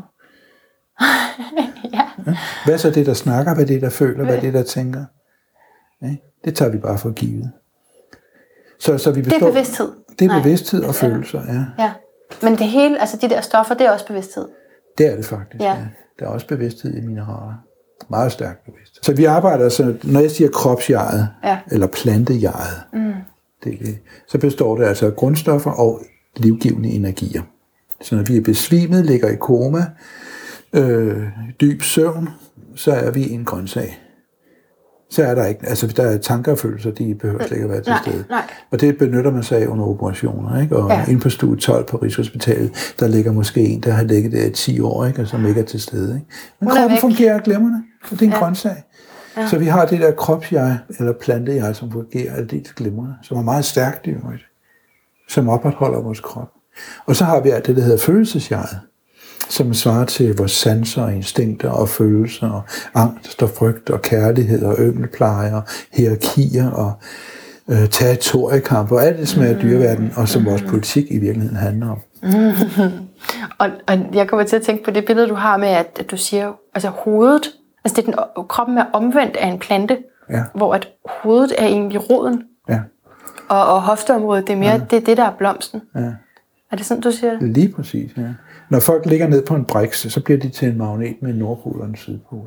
Hvad er så det, der snakker? Hvad er det, der føler? Hvad er det, der tænker? Det tager vi bare for givet. Så vi består, det er bevidsthed. Det er bevidsthed og følelser, ja. Men det hele, altså de der stoffer, det er også bevidsthed. Det er det faktisk, ja. Der er også bevidsthed i mineraler. Meget stærk bevidsthed. Så vi arbejder, så når jeg siger kropsjeget, eller plantejeget, så består det altså af grundstoffer og livgivende energier. Så når vi er besvimet, ligger i koma, dyb søvn, så er vi en grøntsag. Så er der ikke, altså der er tanker og følelser, de behøver slet ikke at være til stede. Nej. Og det benytter man sig af under operationer, ikke? Og inde på studie 12 på Rigshospitalet, der ligger måske en, der har ligget der i 10 år, ikke? Og som ikke er til stede, ikke? Men kroppen fungerer glimrende, for det er en grøntsag. Ja. Så vi har det der kropsjeg, eller plantejeg, som fungerer aldeles glimrende, som er meget stærkt i øvrigt, som opretholder vores krop. Og så har vi alt det, der hedder følelsesjeget, som svarer til vores sanser og instinkter og følelser og angst og frygt og kærlighed og yngelpleje og hierarkier og territoriekamp og alt det, som er dyreverdenen, og som vores politik i virkeligheden handler om. Og jeg kommer til at tænke på det billede, du har med, at du siger, altså hovedet, altså det er kroppen er omvendt af en plante, hvor at hovedet er egentlig roden, og hofteområdet, det er mere det er det, der er blomsten. Ja. Er det sådan, du siger det? Lige præcis, ja. Når folk ligger ned på en briks, så bliver de til en magnet med en nordpol og en sydpol.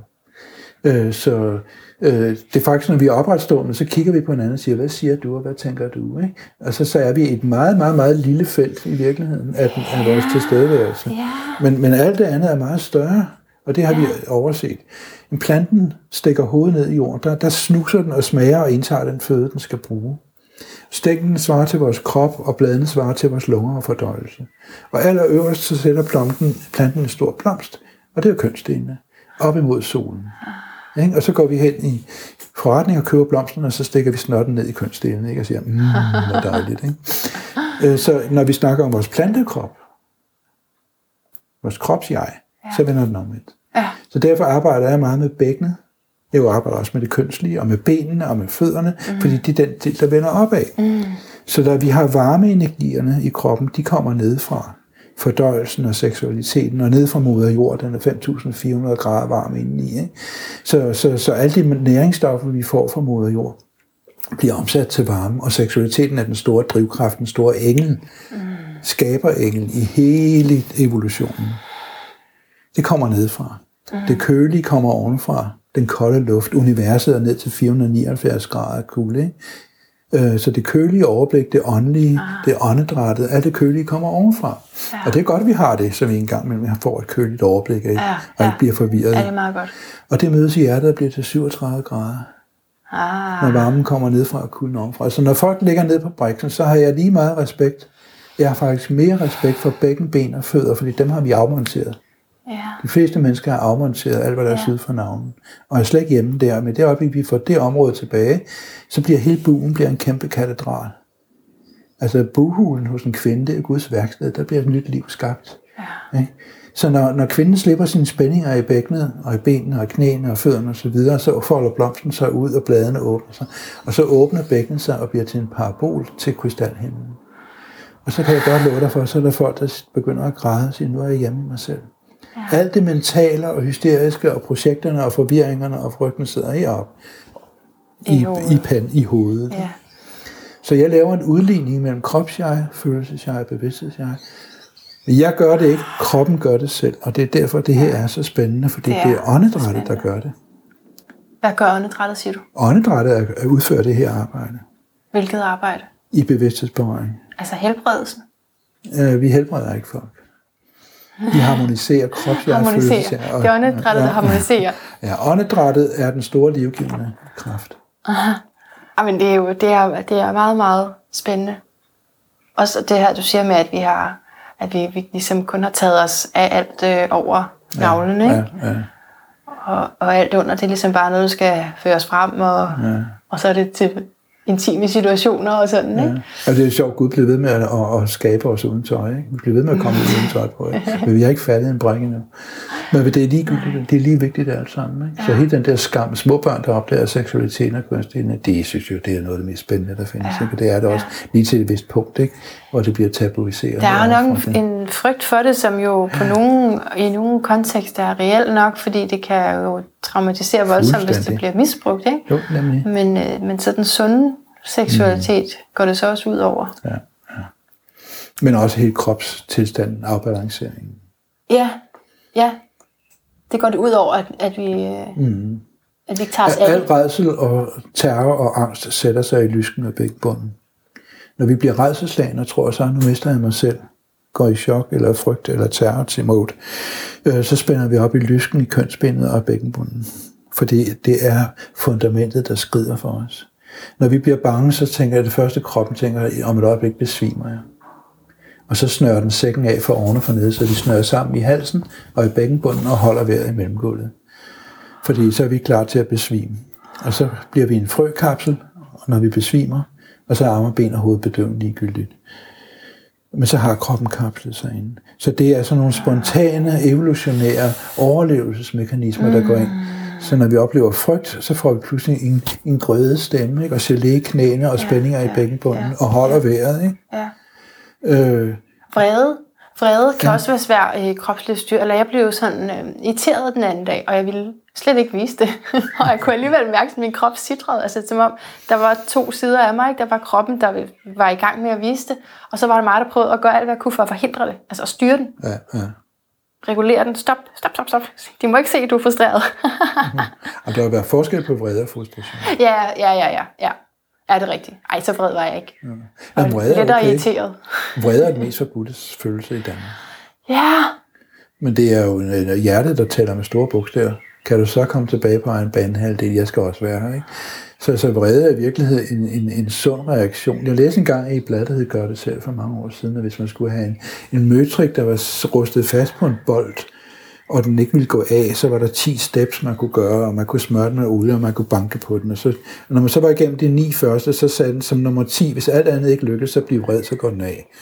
Det er faktisk, når vi er opretstående, så kigger vi på hinanden og siger, hvad siger du, og hvad tænker du? Ikke? Og så er vi i et meget, meget, meget lille felt i virkeligheden af vores tilstedeværelse. Men alt det andet er meget større, og det har vi overset. En planten stikker hovedet ned i jorden, der snuser den og smager og indtager den føde, den skal bruge. Stænglen svarer til vores krop, og bladene svarer til vores lunger og fordøjelse. Og allerøverst så sætter planten en stor blomst, og det er kønsdelene, op imod solen. Og så går vi hen i forretning og køber blomsten, og så stikker vi snotten ned i kønsdelene, ikke? Og siger, hvor dejligt. Ikke? Så når vi snakker om vores plantekrop, vores kropsjeg, så vender den omvendt. Så derfor arbejder jeg meget med bækkenet. Jeg arbejder også med det kønslige, og med benene, og med fødderne, fordi det er den del, der vender opad. Så da vi har varmeenergierne i kroppen, de kommer nedefra. Fordøjelsen og seksualiteten, og ned fra moder jord, den er 5.400 grader varm indeni. Ikke? Så alle de næringsstoffer, vi får fra moder jord, bliver omsat til varme, og seksualiteten er den store drivkraft, den store engel, skaberengel i hele evolutionen. Det kommer nedefra. Det kølige kommer ovenfra. Den kolde luft, universet er ned til 479 grader kulde. Så det kølige overblik, det åndelige, det åndedrættet, alt det kølige kommer ovenfra. Og det er godt, at vi har det, så vi engang mellem får et køligt overblik af, og ikke bliver forvirret. Ja, det er meget godt. Og det mødes i hjertet og bliver til 37 grader. Når varmen kommer ned fra og kulden ovenfra. Så når folk ligger ned på briksen, så har jeg lige meget respekt. Jeg har faktisk mere respekt for bækken, ben og fødder, fordi dem har vi afmonteret. De fleste mennesker har afmonteret alt, hvad der er syd for navnen, og er slet ikke hjemme der. Men deroppe, vi får det område tilbage, så bliver hele buen en kæmpe katedral. Altså buhulen hos en kvinde, det er Guds værksted, der bliver et nyt liv skabt. Så når kvinden slipper sine spændinger i bækkenet, og i benene, og knæene, og fødderne osv., så folder blomsten sig ud, og bladene åbner sig. Og så åbner bækkenet sig og bliver til en parabol til krystalhimlen. Og så kan jeg godt love dig for, så er der folk, der begynder at græde og siger, nu er jeg hjemme med mig selv. Alt det mentale og hysteriske og projekterne og forvirringerne og frygten sidder heroppe i hovedet. Så jeg laver en udligning mellem kropsjeg, følelsesjeg og bevidsthedsjeg. Men jeg gør det ikke, kroppen gør det selv, og det er derfor, det her er så spændende, fordi det er åndedrættet, der gør det. Hvad gør åndedrættet, siger du? Åndedrættet er at udføre det her arbejde. Hvilket arbejde? I bevidsthedsberøring. Altså helbredelsen? Vi helbreder ikke folk. Vi harmoniserer kropsjeg og følelsesjeg. Det er åndedrættet, der harmoniserer. Ja, åndedrættet er den store livgivende kraft. Aha. Men det er meget, meget spændende. Også det her, du siger med, at vi ligesom kun har taget os af alt over navlen, ikke? Ja. Og alt under, det er ligesom bare noget, der skal føres frem, og så er det til intime situationer og sådan, ikke? Ja. Og det er sjovt, Gud bliver ved med at skabe os uden tøj, ikke? Vi bliver ved med at komme uden tøj på, ikke? Men vi har ikke faldet en bræk endnu. Men det er ligegyldigt, det er lige vigtigt alt sammen, ikke? Så hele den der skam, små børn, der opdager seksualiteten og kønsdelene, det synes jo, det er noget af det mest spændende, der findes, ikke? Og det er det også lige til et vist punkt, ikke? Hvor det bliver tabuiseret. Der er nok en frygt for det, som jo i nogle kontekster er reelt nok, fordi det kan jo traumatisere voldsomt, hvis det bliver misbrugt, ikke? Jo, nemlig. Men så den sunde seksualitet går det så også ud over. Ja. Men også hele kropstilstanden, afbalanceringen. Ja. Det går det ud over, at vi ikke tager os af. Al rædsel og terror og angst sætter sig i lysken af bækkenbunden. Når vi bliver rædselsslagne og tror så, nu mister jeg mig selv, går i chok eller frygt eller terror til mode, så spænder vi op i lysken i kønsbindet og bækkenbunden. Fordi det er fundamentet, der skrider for os. Når vi bliver bange, så tænker jeg, det første kroppen tænker, om et øjeblik besvimer jeg. Og så snører den sækken af for oven og for nede, så de snører sammen i halsen og i bækkenbunden og holder vejret i mellemgulvet. Fordi så er vi klar til at besvime. Og så bliver vi en frøkapsel, når vi besvimer, og så er arme, ben og hoved bedøvende ligegyldigt. Men så har kroppen kapslet sig inde. Så det er sådan nogle spontane, evolutionære overlevelsesmekanismer, der går ind. Så når vi oplever frygt, så får vi pludselig en grøde stemme, ikke? Og gelé i knæene og spændinger i bækkenbunden og holder vejret. Ikke? Ja. Vrede kan også være svær kropsligt styr. Eller jeg blev sådan irriteret den anden dag, og jeg ville slet ikke vise det. Og jeg kunne alligevel mærke, at min krop sitrede. Altså som om, der var to sider af mig. Ikke? Der var kroppen, der var i gang med at vise det. Og så var det mig, der prøvede at gøre alt, hvad jeg kunne for at forhindre det. Altså at styre den. Ja. Regulere den. Stop. De må ikke se, at du er frustreret. Og der vil være forskel på vrede og frustration. Ja. Ja, det er rigtigt. Ej, så vred var jeg ikke. Ja. Vrede er okay. Irriteret. Vrede er den mest forbudte følelse i Danmark. Ja. Men det er jo hjertet, der tæller med store bogstaver. Kan du så komme tilbage på en banehalvdel? Jeg skal også være her, ikke? Så vrede er i virkeligheden en sund reaktion. Jeg læste engang i et blad, der hed Gør det selv for mange år siden, at hvis man skulle have en møtrik, der var rustet fast på en bold, og den ikke ville gå af, så var der 10 steps, man kunne gøre, og man kunne smøre den med olie, og man kunne banke på den. Og når man så var igennem de 9 første, så sagde den som nummer 10, hvis alt andet ikke lykkes, så bliver vred, så går den af.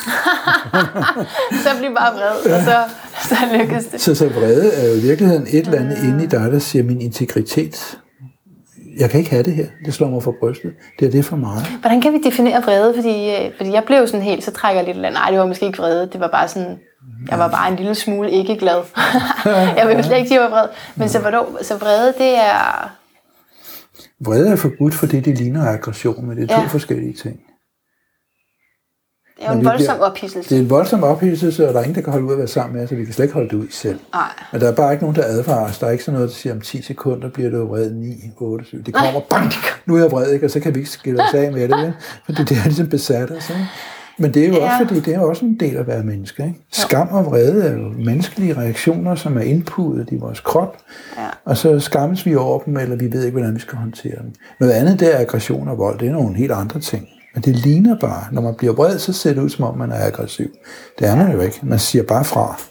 Så bliver bare vred, og så lykkes det. Så vrede er jo i virkeligheden et eller andet inde i dig, der siger, min integritet, jeg kan ikke have det her, det slår mig for brystet, det er for meget. Hvordan kan vi definere vrede? Fordi jeg blev sådan helt, så trækker jeg lidt, nej, det var måske ikke vrede, det var bare sådan, jeg var bare en lille smule ikke glad. Jeg vil slet ikke sige, at jeg var vred. Men så vrede, det er... Vrede er forbudt, fordi det ligner aggression, men det er 2 forskellige ting. Det er jo en voldsom ophidselse. Det er en voldsom ophidselse, og der er ingen, der kan holde ud at være sammen med os, så vi kan slet ikke holde det ud selv. Nej. Men der er bare ikke nogen, der advarer os. Der er ikke sådan noget, der siger, om 10 sekunder bliver du vred, 9, 8, 7. Det kommer, bang, nu er jeg vred, ikke? Og så kan vi ikke skille os af med det, ikke? Fordi det er ligesom besat os, ikke? Men det er jo også, fordi det er også en del af at være menneske, ikke? Skam og vrede er jo menneskelige reaktioner, som er indputtet i vores krop, og så skammes vi over dem, eller vi ved ikke, hvordan vi skal håndtere dem. Noget andet, det er aggression og vold, det er nogle helt andre ting. Men det ligner bare, når man bliver vred, så ser det ud, som om man er aggressiv. Det er man jo ikke. Man siger bare fra.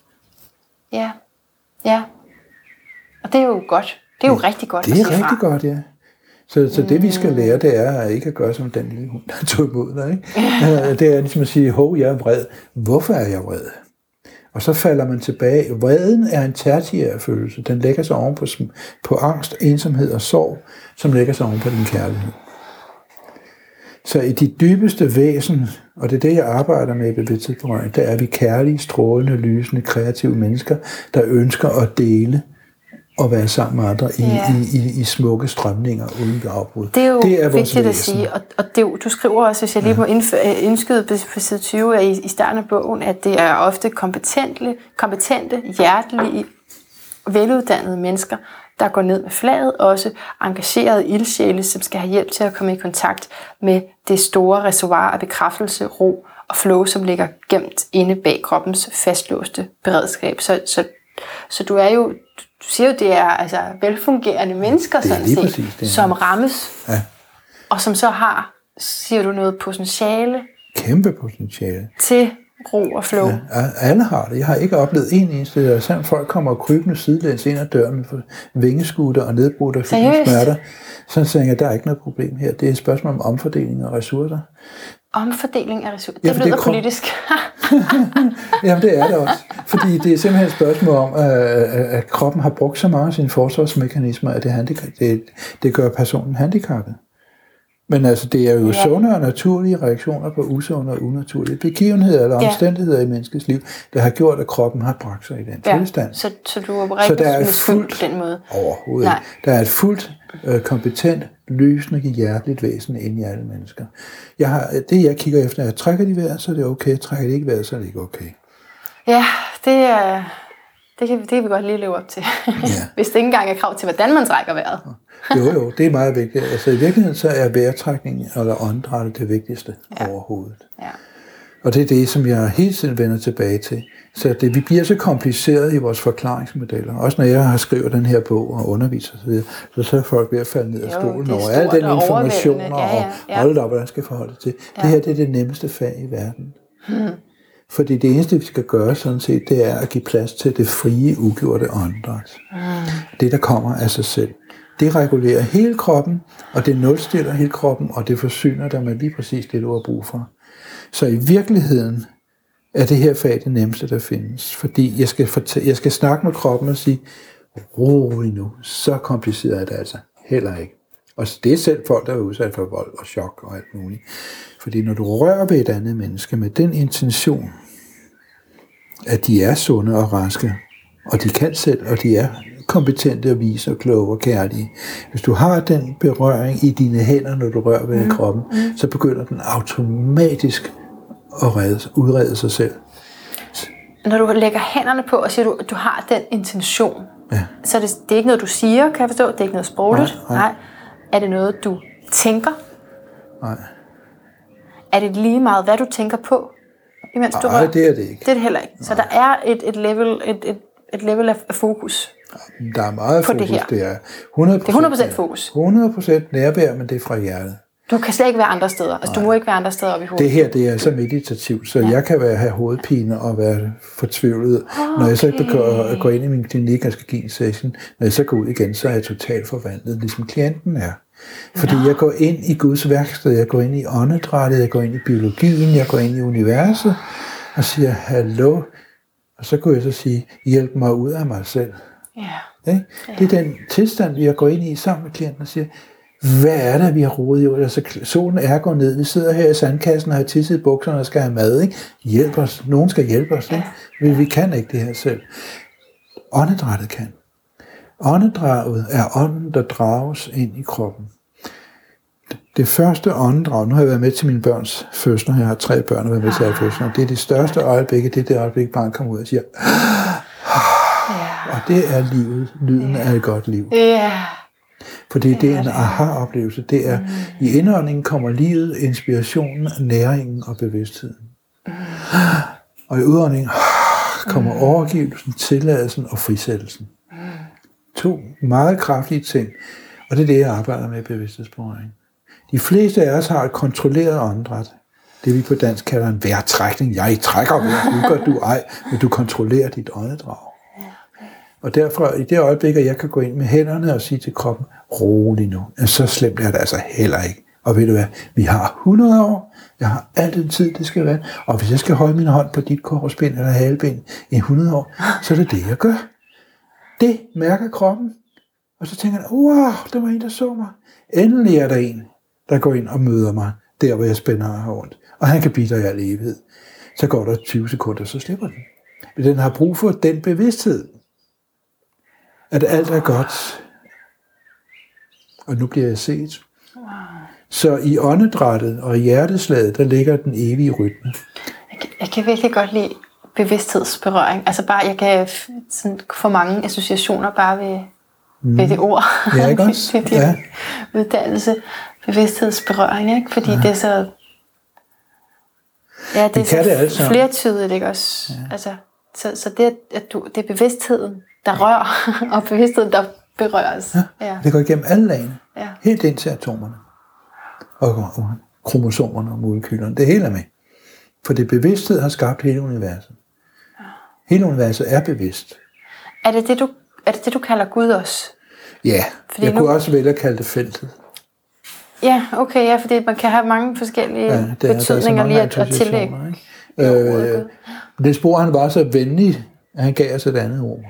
Ja. Og det er jo godt. Det er jo rigtig godt. Det er rigtig godt, ja. Så det vi skal lære, det er ikke at gøre som den lille hund, der tog imod dig. Ikke? Det er ligesom at sige, jeg er vred. Hvorfor er jeg vred? Og så falder man tilbage. Vreden er en tertiær følelse. Den lægger sig oven på angst, ensomhed og sorg, som lægger sig oven på din kærlighed. Så i dit dybeste væsen, og det er det, jeg arbejder med i bevidsthedsberøring, der er vi kærlige, strålende, lysende, kreative mennesker, der ønsker at dele at være sammen med andre i smukke strømninger uden afbrud. Det er jo vigtigt at sige, og du skriver også, hvis jeg lige må indskyde på side 20 i starten af bogen, at det er ofte kompetente, hjertelige, veluddannede mennesker, der går ned med flaget, også engagerede ildsjæle, som skal have hjælp til at komme i kontakt med det store reservoir af bekræftelse, ro og flow, som ligger gemt inde bag kroppens fastlåste beredskab. Så du siger jo, det er altså velfungerende mennesker, sådan set, præcis, som rammes, og som så har, siger du, noget potentiale. Kæmpe potentiale. Til ro og flow. Ja, alle har det. Jeg har ikke oplevet en eneste, der selvom folk kommer krybende sidelæns ind ad døren med vingeskutter og nedbrudte og smerter, så siger jeg, der er ikke noget problem her. Det er et spørgsmål om omfordeling af ressourcer. Omfordeling af ressourcer. Det lyder politisk. Jamen det er det også. Fordi det er simpelthen et spørgsmål om, at kroppen har brugt så mange af sine forsvarsmekanismer, at det gør personen handicappet. Men altså, det er jo sunde og naturlige reaktioner på usunde og unaturlige begivenheder eller omstændigheder i menneskets liv, der har gjort, at kroppen har bragt sig i den tilstand. Så du er rigtig fuld på den måde? Overhovedet ikke. Der er et fuldt, kompetent, lysende, hjerteligt væsen inde i alle mennesker. Det jeg kigger efter, at trækker de vejret, så er det okay. Trækker de ikke vejret, så er det ikke okay. Ja, det kan vi godt lige leve op til. Hvis det ikke engang er krav til, hvordan man trækker vejret. Jo, det er meget vigtigt. Altså i virkeligheden så er vejrtrækningen eller åndedrættet det vigtigste overhovedet. Ja. Og det er det, som jeg hele tiden vender tilbage til. Så vi bliver så kompliceret i vores forklaringsmodeller. Også når jeg har skrevet den her bog og underviser osv., så er folk ved at falde ned af stolen over al den information og holde op, hvordan skal forholde til. Det her det er det nemmeste fag i verden. Fordi det eneste, vi skal gøre sådan set, det er at give plads til det frie, ugjorte åndedræt. Det, der kommer af sig selv. Det regulerer hele kroppen, og det nulstiller hele kroppen, og det forsyner dig med lige præcis det, du har brug for. Så i virkeligheden er det her fag det nemmeste, der findes. Fordi jeg skal snakke med kroppen og sige, rolig nu, så kompliceret er det altså heller ikke. Og det er selv folk, der er udsat for vold og chok og alt muligt. Fordi når du rører ved et andet menneske med den intention, at de er sunde og raske, og de kan selv, og de er kompetente og vise og kloge og kærlige. Hvis du har den berøring i dine hænder, når du rører ved kroppen, så begynder den automatisk at udrede sig selv. Når du lægger hænderne på og siger, at du har den intention, så det er ikke noget, du siger, kan jeg forstå? Det er ikke noget sprogligt? Nej. Er det noget, du tænker? Nej. Er det lige meget, hvad du tænker på, imens du rører? Nej, det er det ikke. Det er det heller ikke. Så der er et level af fokus. Der er meget fokus. Det er 100% fokus. 100% nærvær, men det er fra hjertet. Du kan slet ikke være andre steder. Altså, du må ikke være andre steder oppe i hovedet. Det her, det er så meditativt, så jeg kan have hovedpine og være fortvivlet. Når jeg så går ind i min klinik og skal give en session, når jeg så går ud igen, så er jeg totalt forvandlet, ligesom klienten er. Fordi jeg går ind i Guds værksted, jeg går ind i åndedrættet, jeg går ind i biologien, jeg går ind i universet og siger, hallo. Og så kunne jeg så sige, hjælp mig ud af mig selv. Det er den tilstand, vi går ind i sammen med klienten og siger, hvad er der, vi har rodet i? Altså, solen er gået ned, vi sidder her i sandkassen og har tisset i bukserne og skal have mad. Ikke? Hjælp os. Nogen skal hjælpe os. Ikke? Vi kan ikke det her selv. Åndedrættet kan. Åndedrættet er ånden, der drages ind i kroppen. Det første åndedrag, nu har jeg været med til mine børns fødsler, jeg har 3 børn og været med til alle fødsler, det er det største øjeblik, det er det øjeblik, barn kommer ud og siger, og det er livet, lyden af et godt liv. Fordi det er en aha-oplevelse. Det er, i indåndingen kommer livet, inspirationen, næringen og bevidstheden. Og i udåndingen kommer overgivelsen, tilladelsen og frisættelsen. 2 meget kraftige ting. Og det er det, jeg arbejder med i bevidsthedsberøring. De fleste af os har et kontrolleret åndedræt. Det vi på dansk kalder en vejrtrækning. Jeg trækker vejret, nu gør du ej, men du kontrollerer dit åndedrag. Og derfor, i det øjeblik, at jeg kan gå ind med hænderne og sige til kroppen, rolig nu, så slemt er det altså heller ikke. Og ved du hvad, vi har 100 år, jeg har al den tid, det skal være, og hvis jeg skal holde min hånd på dit korsben eller haleben i 100 år, så er det det, jeg gør. Det mærker kroppen. Og så tænker jeg, wow, der var en, der så mig. Endelig er der en, der går ind og møder mig, der hvor jeg spænder og har ondt. Og han kan blive der i al evighed. Så går der 20 sekunder, så slipper den. Men den har brug for den bevidsthed. At alt er godt. Og nu bliver jeg set. Wow. Så i åndedrættet og i hjerteslaget, der ligger den evige rytme. Jeg kan virkelig godt lide bevidsthedsberøring. Altså bare, jeg kan sådan få mange associationer bare ved det ord. Ja, ikke også? det er uddannelse. Bevidsthedsberøring, ikke? Fordi det er så... Ja, det er så flertydigt, ikke også? Ja. Altså, så det, at det er bevidstheden, der rører, og bevidstheden, der berøres. Ja. Det går igennem alle lagene. Ja. Helt ind til atomerne. Og kromosomerne og molekylerne. Det hele er med. For det bevidsthed har skabt hele universet. Ja. Hele universet er bevidst. Er det det, du kalder Gud også? Ja, fordi jeg kunne også vælge at kalde det feltet. Ja, okay, ja, fordi man kan have mange forskellige betydninger lige at tillægge. Det spor, han var så venlig, at han gav os et andet ord.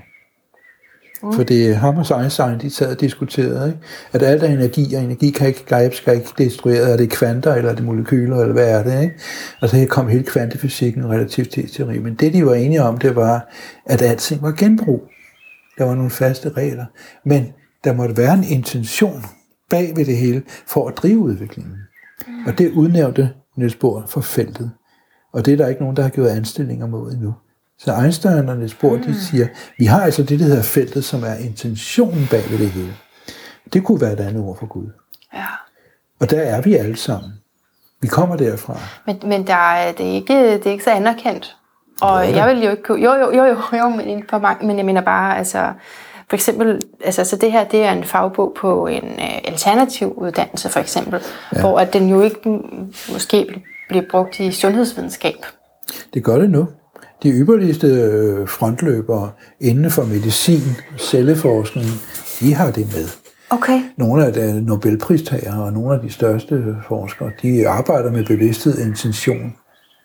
Fordi ham og Einstein, de sad og diskuterede, ikke? At alt er energi, og energi kan ikke gribes, kan ikke destrueres. Er det kvanter, eller er det molekyler, eller hvad er det? Ikke? Og så her kom hele kvantefysikken og relativitetsteori. Men det, de var enige om, det var, at alting var genbrug. Der var nogle faste regler. Men der måtte være en intention bag ved det hele, for at drive udviklingen. Og det udnævnte Niels Bohr for feltet. Og det er der ikke nogen, der har gjort anstillinger mod endnu. Så Einstein og Niels Bohr, de siger, vi har altså det hedder feltet, som er intentionen bag ved det hele. Det kunne være et andet ord for Gud. Ja. Og der er vi alle sammen. Vi kommer derfra. Men det er ikke så anerkendt. Og jeg vil jo ikke... Jo, men jeg mener bare, altså... For eksempel, altså så det her, det er en fagbog på en alternativ uddannelse, for eksempel, hvor at den jo ikke måske bliver brugt i sundhedsvidenskab. Det gør det nu. De ypperligste frontløbere inden for medicin, celleforskning, de har det med. Okay. Nogle af de Nobelpristagere og nogle af de største forskere, de arbejder med bevidsthed og intention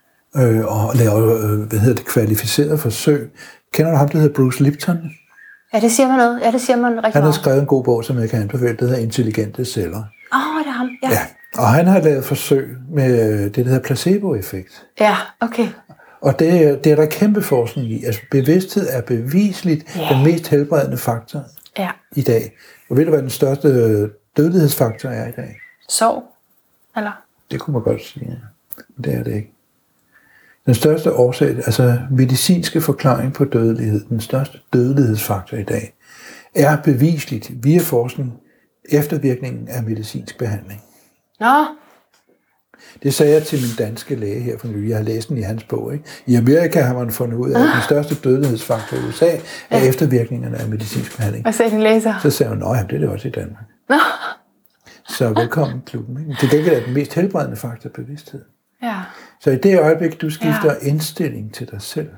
og laver, kvalificerede forsøg. Kender du ham, der hedder Bruce Lipton? Ja, det siger man noget. Ja, det siger man rigtig meget. Han har skrevet en god bog, som jeg kan anbefale, der hedder Intelligente celler. Det er ham, ja. Og han har lavet forsøg med det, der hedder placebo-effekt. Ja, okay. Og det er der kæmpe forskning i. Altså bevidsthed er bevisligt den mest helbredende faktor i dag. Og ved du, hvad den største dødelighedsfaktor er i dag? Sorg, eller? Det kunne man godt sige, men det er det ikke. Den største årsag, altså medicinske forklaring på dødelighed, den største dødelighedsfaktor i dag, er bevisligt via forskning eftervirkningen af medicinsk behandling. Nå. Det sagde jeg til min danske læge her for nylig. Jeg har læst den i hans bog. Ikke? I Amerika har man fundet ud af, at den største dødelighedsfaktor i USA er eftervirkningerne af medicinsk behandling. Og sagde din læser? Så sagde hun, det er det også i Danmark. Nå. Så velkommen klubben. Ikke? Til gengæld er den mest helbredende faktor bevidsthed. Ja. Så i det øjeblik, du skifter indstilling til dig selv,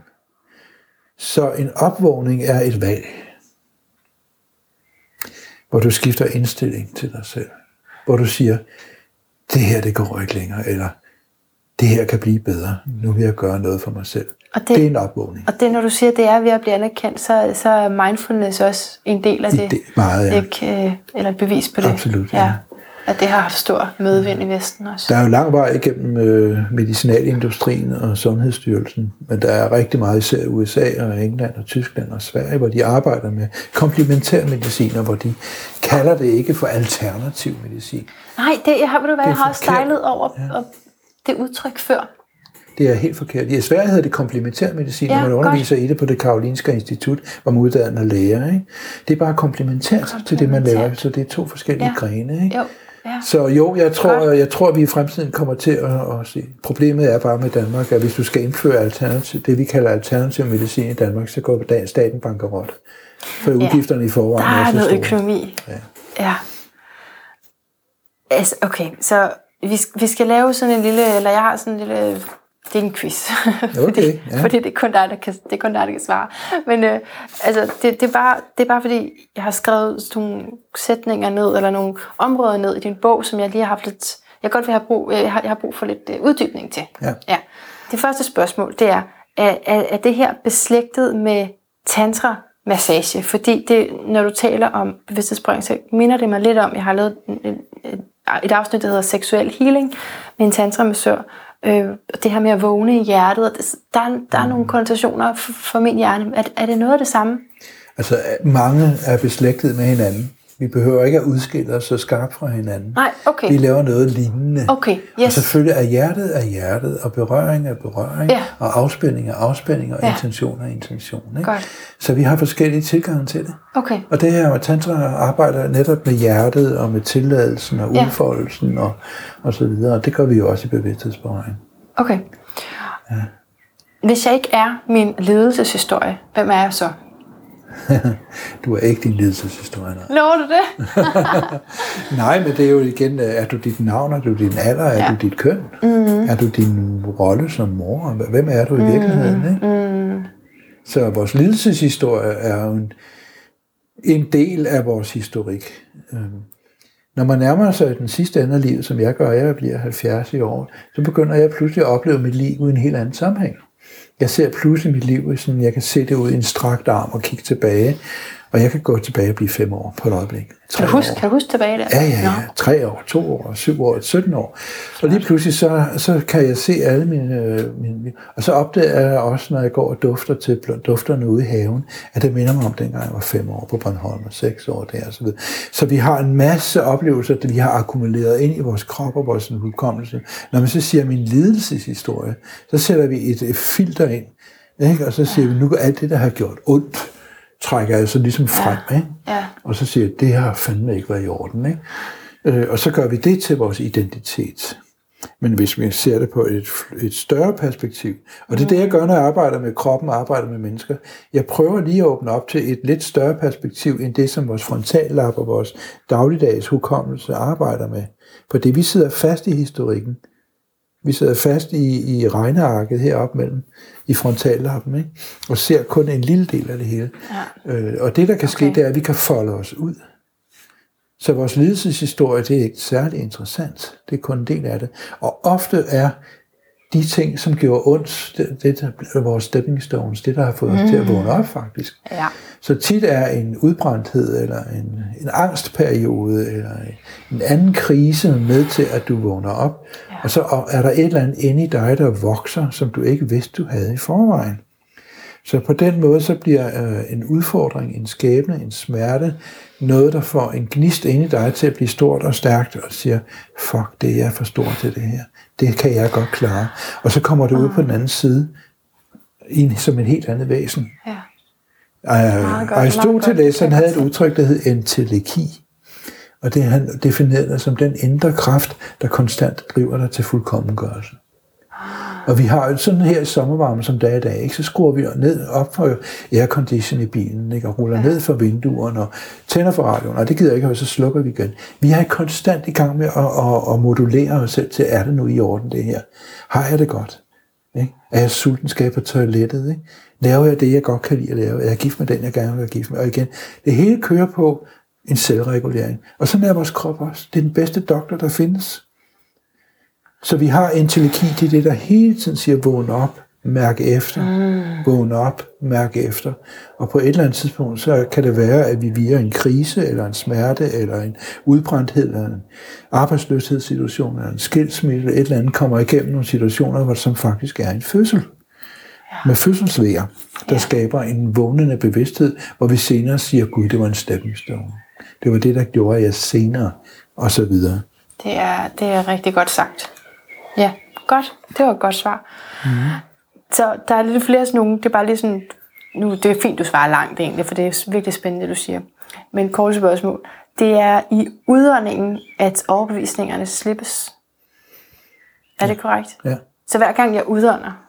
så en opvågning er et valg, hvor du skifter indstilling til dig selv, hvor du siger, det her, det går ikke længere, eller det her kan blive bedre, nu vil jeg gøre noget for mig selv. Det er en opvågning. Og det, når du siger, det er ved at blive anerkendt, så er mindfulness også en del af det. Meget, ja. Ikke, eller et bevis på det. Absolut, ja. At det har haft stor medvind i Vesten også. Der er jo lang vej igennem medicinalindustrien og Sundhedsstyrelsen, men der er rigtig meget især USA og England og Tyskland og Sverige, hvor de arbejder med komplementær mediciner, hvor de kalder det ikke for alternativ medicin. Nej, jeg har også stejlet over det udtryk før. Det er helt forkert. I Sverige hedder det komplementær medicin, når man underviser i det på det Karolinska Institut, hvor man uddanner læger. Ikke? Det er bare komplementært til det, man laver, så det er to forskellige grene. Ikke? Så jeg tror, vi i fremtiden kommer til at se. Problemet er bare med Danmark, at hvis du skal indføre det, vi kalder alternativ medicin i Danmark, så går staten bankerot. For udgifterne i forvejen er så store. Der er noget økonomi. Ja. Altså, okay, så vi skal lave sådan en lille, eller jeg har sådan en lille... Det er en quiz, fordi det er kun dig, der kan svare. Men det er bare fordi, jeg har skrevet sådan nogle sætninger ned, eller nogle områder ned i din bog, som jeg lige har haft lidt... Jeg har brug for lidt uddybning til. Ja. Det første spørgsmål, det er det her beslægtet med tantra-massage? Fordi når du taler om bevidsthedsberøring, så minder det mig lidt om, jeg har lavet et afsnit, der hedder seksuel healing, med en tantra-massør. Det her med at vågne i hjertet, der er nogle konnotationer for min hjerne. Er det noget af det samme? Altså, mange er beslægtet med hinanden. Vi behøver ikke at udskille os så skarpt fra hinanden. Nej, okay. Vi laver noget lignende. Okay, yes. Og selvfølgelig er hjertet, og berøring er berøring, og afspænding er afspænding, og intention er intention. Ikke? Godt. Så vi har forskellige tilgange til det. Okay. Og det her med tantra arbejder netop med hjertet, og med tilladelsen, og udfoldelsen, og så videre. Og det gør vi jo også i bevidsthedsberøring. Okay. Ja. Hvis jeg ikke er min ledelseshistorie, hvem er jeg så? Du er ikke din ledelseshistorie. Lover du det? Nej, men det er jo igen, er du dit navn, er du din alder, er du dit køn? Mm-hmm. Er du din rolle som mor? Hvem er du i virkeligheden? Ikke? Mm. Så vores ledelseshistorie er jo en del af vores historik. Når man nærmer sig den sidste ende af livet, som jeg gør, jeg bliver 70 i år, så begynder jeg pludselig at opleve mit liv i en helt anden sammenhæng. Jeg ser pludselig mit liv, sådan jeg kan se det ud i en strakt arm og kigge tilbage, og jeg kan gå tilbage og blive 5 år på et øjeblik. Kan du huske tilbage der? Ja. 3 år, 2 år, 7 år, 17 år. Og lige pludselig så kan jeg se alle mine... Og så opdager jeg også, når jeg går og dufter til dufterne ude i haven, at det minder mig om dengang jeg var 5 år på Bornholm og 6 år der og så videre. Så vi har en masse oplevelser, der vi har akkumuleret ind i vores krop og vores hukommelse. Når man så siger min lidelseshistorie, så sætter vi et filter ind, ikke? Og så siger vi, nu er alt det, der har gjort ondt, trækker jeg så ligesom frem, ikke? Ja. Og så siger jeg, det har fandme ikke været i orden, ikke? Og så gør vi det til vores identitet. Men hvis vi ser det på et større perspektiv, og det er det, jeg gør, når jeg arbejder med kroppen og arbejder med mennesker, jeg prøver lige at åbne op til et lidt større perspektiv, end det, som vores frontallap og vores dagligdags hukommelse arbejder med. Fordi vi sidder fast i historikken. Vi sidder fast i regnearket heroppe mellem i frontallappen, ikke? Og ser kun en lille del af det hele. Ja. Og det, der kan ske, det er, at vi kan folde os ud. Så vores lidelseshistorie, det er ikke særlig interessant. Det er kun en del af det. Og ofte er de ting, som gjorde ondt, det er vores stepping stones, det, der har fået os til at vågne op, faktisk. Ja. Så tit er en udbrændthed, eller en angstperiode, eller en anden krise med til, at du vågner op. Ja. Og så er der et eller andet inde i dig, der vokser, som du ikke vidste, du havde i forvejen. Så på den måde, så bliver en udfordring, en skæbne, en smerte, noget, der får en gnist inde i dig til at blive stort og stærkt, og siger, fuck, det er jeg for stor til det her. Det kan jeg godt klare. Og så kommer det ud på den anden side, som et helt andet væsen. Ja. Aristoteles, han havde et udtryk, der hed enteleki. Og det han definerede som den indre kraft, der konstant driver dig til fuldkommengørelse. Og vi har jo sådan her i sommervarme, som det er i dag, ikke? Så skruer vi ned op for aircondition i bilen, ikke? Og ruller ned for vinduerne og tænder for radioen, og det gider ikke, og så slukker vi igen. Vi er konstant i gang med at modulere os selv til, er det nu i orden det her? Har jeg det godt? Ikke? Er jeg sulten, skal jeg på toilettet? Ikke? Laver jeg det, jeg godt kan lide at lave? Er jeg gift med den, jeg gerne vil være gift med? Og igen, det hele kører på en selvregulering. Og sådan er vores krop også. Det er den bedste doktor, der findes. Så vi har enteleki, det er det, der hele tiden siger, vågn op, mærke efter, vågn op, mærke efter. Og på et eller andet tidspunkt, så kan det være, at vi via en krise, eller en smerte, eller en udbrændthed, eller en arbejdsløshedssituation, eller en skilsmisse, eller et eller andet, kommer igennem nogle situationer, hvor det som faktisk er en fødsel. Med fødselsvæger, der skaber en vågnende bevidsthed, hvor vi senere siger, Gud, det var en stepping stone. Det var det, der gjorde jeg senere, og så videre. Det er rigtig godt sagt. Ja, godt. Det var et godt svar. Så der er lidt flere sådan nogle, det er bare lige sådan, nu det er fint, du svarer langt egentlig, for det er virkelig spændende, det du siger. Men kort spørgsmål. Det er i udåndingen, at overbevisningerne slippes. Er det korrekt? Ja. Så hver gang jeg udånder,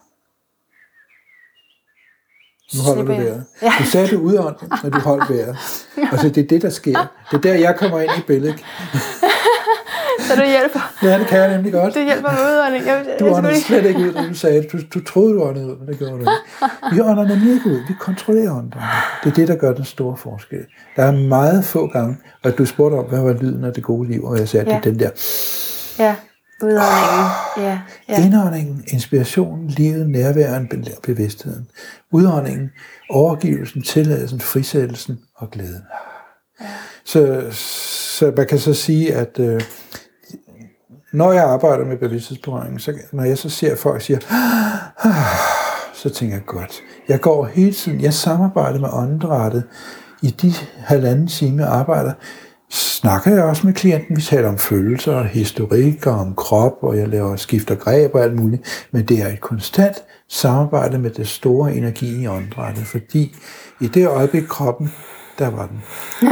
nu holder du vejret. Ja. Du sagde, du udånding, når du holdt vejret. Og så det er det, der sker. Det er der, jeg kommer ind i billedet. Så du hjælper? Ja, det kan jeg nemlig godt. Du hjælper med udånding. Du åndede slet ikke ud, når du sagde det. Du troede, du åndede ud, men det gjorde du ikke. Vi ånder nemlig ikke ud. Vi kontrollerer åndringen. Det er det, der gør den store forskel. Der er meget få gange, og du spurgte om, hvad var lyden af det gode liv, og jeg sagde, det er den der. Ja, udåndingen. Ja. Indåndingen, inspirationen, livet, nærværen, bevidstheden. Udåndingen, overgivelsen, tilladelsen, frisættelsen og glæden. Ja. Så man kan så sige, at når jeg arbejder med bevidsthedsberøring, så når jeg så ser folk siger, så tænker jeg, godt. Jeg går hele tiden, jeg samarbejder med åndedrættet. I de 1,5 time, jeg arbejder, snakker jeg også med klienten. Vi taler om følelser og historik og om krop, og jeg laver skifter greb og alt muligt. Men det er et konstant samarbejde med det store energi i åndedrættet, fordi i det øjeblik kroppen, der var den.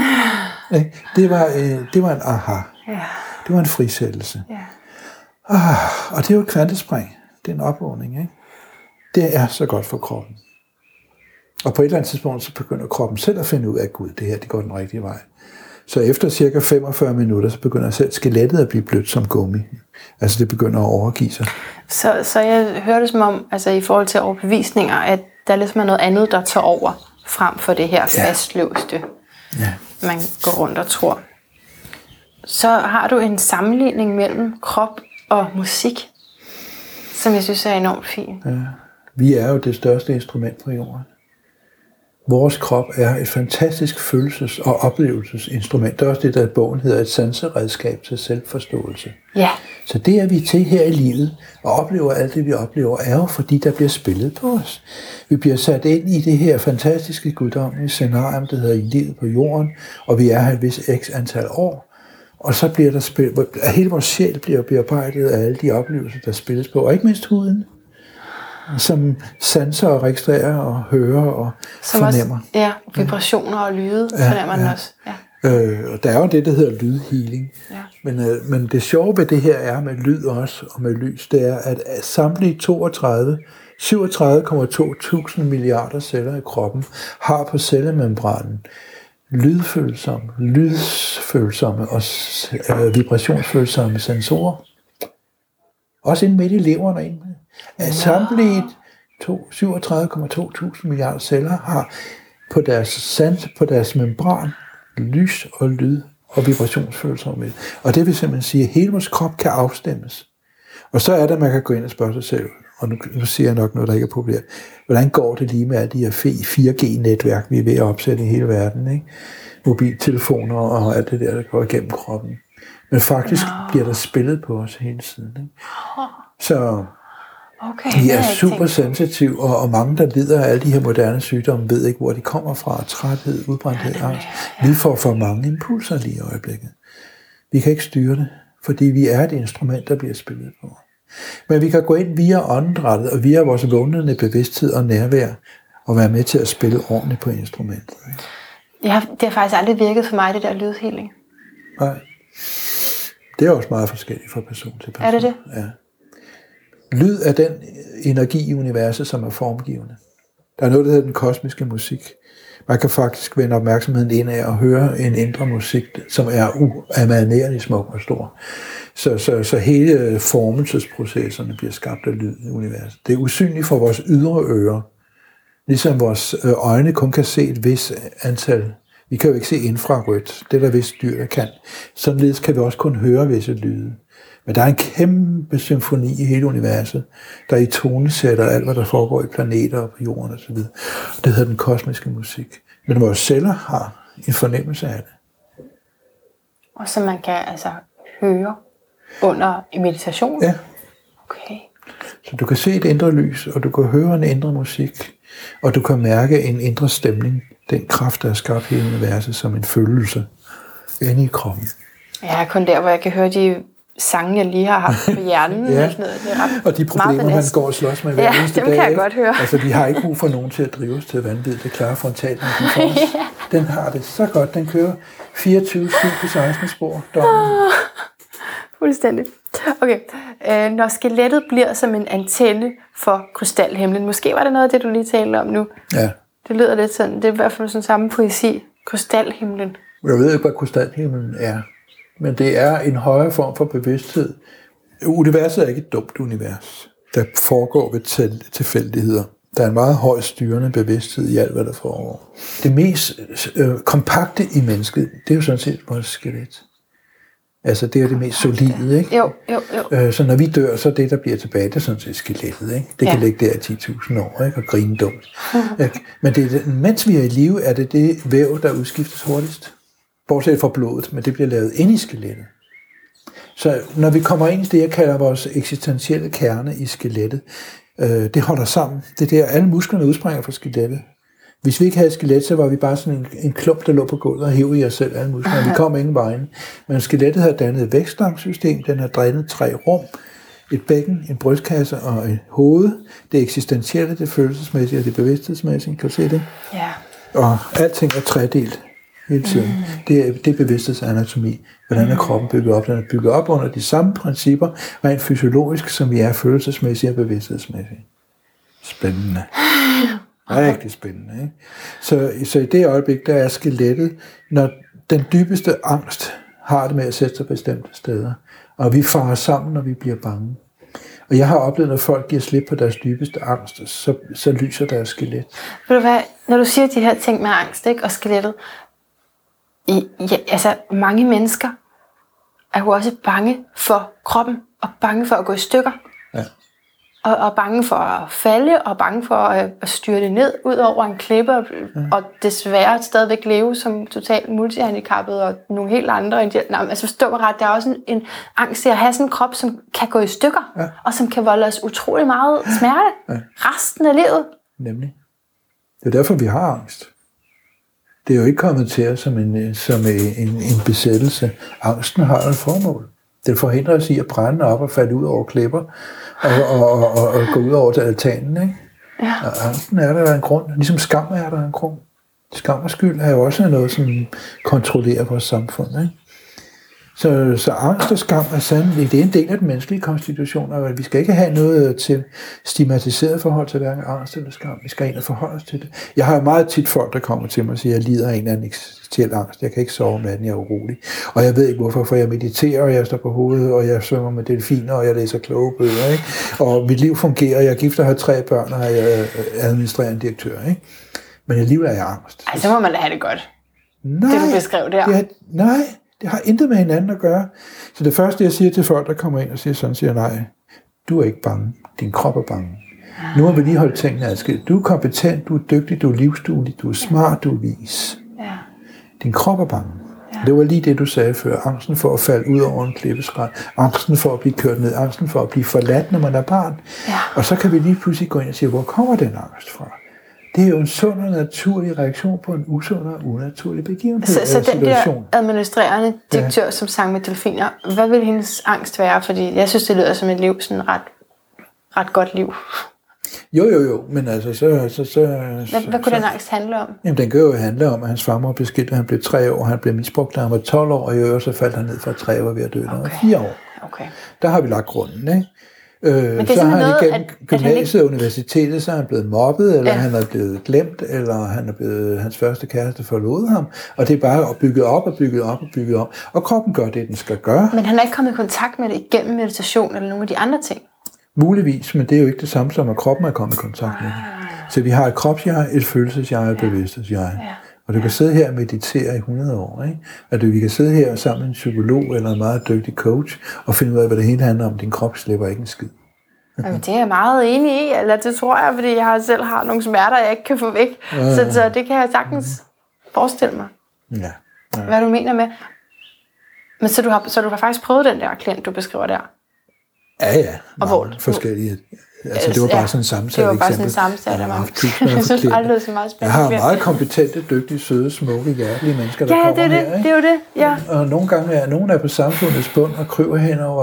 Det var en aha. Det var en frisættelse. Og det er jo et kvantespring. Det er en opvågning. Ikke? Det er så godt for kroppen. Og på et eller andet tidspunkt, så begynder kroppen selv at finde ud af, at Gud, det her, det går den rigtige vej. Så efter cirka 45 minutter, så begynder selv skelettet at blive blødt som gummi. Altså det begynder at overgive sig. Så jeg hørte det som om, altså i forhold til overbevisninger, at der ligesom er noget andet, der tager over frem for det her fastlåste, man går rundt og tror. Så har du en sammenligning mellem krop og musik, som jeg synes er enormt fin. Ja. Vi er jo det største instrument på jorden. Vores krop er et fantastisk følelses- og oplevelsesinstrument. Det er også det, der i bogen hedder et sanseredskab til selvforståelse. Ja. Så det er vi til her i livet, og oplever alt det, vi oplever, er jo fordi, der bliver spillet på os. Vi bliver sat ind i det her fantastiske guddommelige scenarium, der hedder livet på jorden, og vi er her et vis x antal år. Og så bliver der spillet, hele vores sjæl bliver bearbejdet af alle de oplevelser, der spilles på, og ikke mindst huden, som sanser og registrerer og hører og som fornemmer. Også, vibrationer og lyde fornemmer den også. Ja. Og der er jo det, der hedder lydhealing. Ja. Men det sjove ved det her er med lyd også, og med lys, det er, at samtlige 37,2 milliarder celler i kroppen har på cellemembranen lydfølsomme og vibrationsfølsomme sensorer. Også inde midt i leveren og inde. Samtlige 37,2 milliarder celler har på deres membran lys og lyd og vibrationsfølsomhed. Og det vil simpelthen sige, at hele vores krop kan afstemmes. Og så er det, at man kan gå ind og spørge sig selv, og nu siger jeg nok noget, der ikke er populært. Hvordan går det lige med alle de her 4G-netværk, vi er ved at opsætte i hele verden? Ikke? Mobiltelefoner og alt det der går igennem kroppen. Men faktisk bliver der spillet på os hele tiden. Ikke? Så vi er super sensitive, og mange, der lider af alle de her moderne sygdomme, ved ikke, hvor de kommer fra. Træthed, udbrændthed, angst. Vi får for mange impulser lige i øjeblikket. Vi kan ikke styre det, fordi vi er et instrument, der bliver spillet på. Men vi kan gå ind via åndedrættet, og via vores vågnende bevidsthed og nærvær, og være med til at spille ordentligt på instrumentet. Det har faktisk aldrig virket for mig, det der lydhealing. Nej. Det er også meget forskelligt fra person til person. Er det det? Ja. Lyd er den energi i universet, som er formgivende. Der er noget, der hedder den kosmiske musik. Man kan faktisk vende opmærksomheden ind af og høre en indre musik, som er uamanerligt smuk og stor. Så hele formelsesprocesserne bliver skabt af lyd i universet. Det er usynligt for vores ydre ører. Ligesom vores øjne kun kan se et vis antal. Vi kan jo ikke se infrarødt. Det er der vist dyr, der kan. Således kan vi også kun høre visse lyde. Men der er en kæmpe symfoni i hele universet, der i tonesætter alt, hvad der foregår i planeter og på jorden osv. Det hedder den kosmiske musik. Men vores celler har en fornemmelse af det. Og så man kan altså høre under i meditation? Ja. Okay. Så du kan se et indre lys, og du kan høre en indre musik, og du kan mærke en indre stemning. Den kraft, der er skabt hele universet som en følelse inde i kroppen. Ja, kun der, hvor jeg kan høre de sange, jeg lige har haft på hjernen. Ja. Og sådan noget. Det er ret og de problemer, man går og slås med hver eneste dag. Ja, dem kan jeg godt høre. Altså, vi har ikke brug for nogen til at drive os til vanvid. Det klarer frontalnerven for os. Den har det så godt. Den kører 24/7 på 16 spor. Fuldstændig. Okay. Når skelettet bliver som en antenne for krystalhimlen. Måske var det noget af det, du lige talte om nu. Ja. Det lyder lidt sådan. Det er i hvert fald sådan samme poesi. Krystalhimlen. Jeg ved ikke, hvad krystalhimlen er. Men det er en højere form for bevidsthed. Universet er ikke et dumt univers, der foregår ved tilfældigheder. Der er en meget høj styrende bevidsthed i alt, hvad der foregår. Det mest kompakte i mennesket, det er jo sådan set vores skelet. Altså, det er det mest solide, ikke? Jo. Så når vi dør, så det, der bliver tilbage, det er sådan set skelettet, ikke? Det kan ligge der i 10.000 år, ikke? Og grine dumt. Men mens vi er i live, er det væv, der udskiftes hurtigst. Bortset fra blodet, men det bliver lavet inde i skelettet. Så når vi kommer ind i det, jeg kalder vores eksistentielle kerne i skelettet, Det holder sammen. Det der, alle musklerne udspringer fra skelettet. Hvis vi ikke havde skelet, så var vi bare sådan en klump, der lå på gulvet og hævde i os selv alle musklerne. Vi kom ingen vejen. Men skelettet har dannet et vækstangssystem. Den har drænet 3 rum. Et bækken, en brystkasse og et hoved. Det eksistentielle, det følelsesmæssige og det bevidsthedsmæssige. Kan du se det? Ja. Og alting er tredelt hele tiden. Det er bevidsthedsanatomi. Hvordan er kroppen bygget op? Den er bygget op under de samme principper, rent fysiologisk, som vi er følelsesmæssigt og bevidsthedsmæssigt. Spændende. Rigtig spændende. Ikke? Så i det øjeblik, der er skelettet, når den dybeste angst har det med at sætte sig bestemte steder. Og vi farer sammen, når vi bliver bange. Og jeg har oplevet, at folk giver slip på deres dybeste angst, så lyser deres skelet. Ved du hvad, når du siger de her ting med angst, ikke, og skelettet, altså mange mennesker er jo også bange for kroppen, og bange for at gå i stykker. Ja. Og bange for at falde, og bange for at styrte ned ud over en klippe, og desværre stadigvæk leve som totalt multihandicappet, og nogle helt andre end de. Altså forstå mig ret, der er også en angst til at have sådan en krop, som kan gå i stykker, og som kan volde os utrolig meget smerte resten af livet. Nemlig. Det er derfor, vi har angst. Det er jo ikke kommet til os som en besættelse. Angsten har et formål. Den forhindrer os i at brænde op og falde ud over klipper, og gå ud over til altanen, ikke? Ja. Og angsten er der en grund. Ligesom skam er der en grund. Skam og skyld er jo også noget, som kontrollerer vores samfund, ikke? Så angst og skam er sandelig, det er en del af den menneskelige konstitution, og vi skal ikke have noget til stigmatiseret forhold til hverken angst eller skam. Vi skal ind og forholde os til det. Jeg har jo meget tit folk, der kommer til mig og siger, at jeg lider af en eller anden eksistentiel angst. Jeg kan ikke sove om natten, jeg er urolig. Og jeg ved ikke hvorfor, for jeg mediterer, og jeg står på hovedet, og jeg svømmer med delfiner, og jeg læser kloge bøger, ikke? Og mit liv fungerer, jeg er gift og har 3 børn, og jeg er administrerende direktør, ikke? Men alligevel er jeg angst. Ej, så må man da have det godt. Nej, det du beskrev der. Nej. Det har intet med hinanden at gøre. Så det første, jeg siger til folk, der kommer ind og siger sådan, siger nej, du er ikke bange. Din krop er bange. Nu har vi lige holdt tingene adskilt. Du er kompetent, du er dygtig, du er livsduelig, du er smart, du er vis. Ja. Din krop er bange. Ja. Det var lige det, du sagde før. Angsten for at falde ud over en klippeskræt. Angsten for at blive kørt ned. Angsten for at blive forladt, når man er barn. Ja. Og så kan vi lige pludselig gå ind og sige, hvor kommer den angst fra? Det er jo en sund og naturlig reaktion på en usund og unaturlig begivenhed. Så den der administrerende direktør, som sang med delfiner, hvad vil hendes angst være? Fordi jeg synes, det lyder som et liv, sådan ret godt liv. Jo, men altså Hvad kunne den angst handle om? Jamen, den kan jo handle om, at hans far var beskidt, da han blev 3 år, han blev misbrugt, da han var 12 år, og i øvrigt så faldt han ned fra 3 år og ved at dø, da han var 4 år. Okay. Der har vi lagt grunden, ikke? Men det er så har han noget, igennem gymnasiet og ikke... universitetet, så er han blevet mobbet, eller han er blevet glemt, eller han er blevet hans første kæreste forlod ham, og det er bare bygget op og bygget op og bygget op, og kroppen gør det, den skal gøre. Men han er ikke kommet i kontakt med det igennem meditation eller nogle af de andre ting? Muligvis, men det er jo ikke det samme som, at kroppen er kommet i kontakt med det. Så vi har et kropsjeg, et følelsesjeg og et bevidsthedsjeg. Ja. Og du kan sidde her og meditere i 100 år, ikke? At vi kan sidde her sammen med en psykolog eller en meget dygtig coach og finde ud af, hvad det hele handler om. Din krop slipper ikke en skid. Jamen, det er jeg meget enig i, eller det tror jeg, fordi jeg selv har nogle smerter, jeg ikke kan få væk. Så det kan jeg sagtens forestille mig. Ja. Hvad du mener med. Men så du har faktisk prøvet den der klient, du beskriver der? Ja. Og hvor? Forskellige. Altså, det var bare sådan en sammensat eksempel. Det var bare sådan en sammensat af mig. Jeg synes aldrig, så meget spændende. Jeg har meget kompetente, dygtige, søde, smukke, hjertelige mennesker, der kommer her. Ja, det er jo det. Ja. Og nogle gange er nogen på samfundets bund og kryber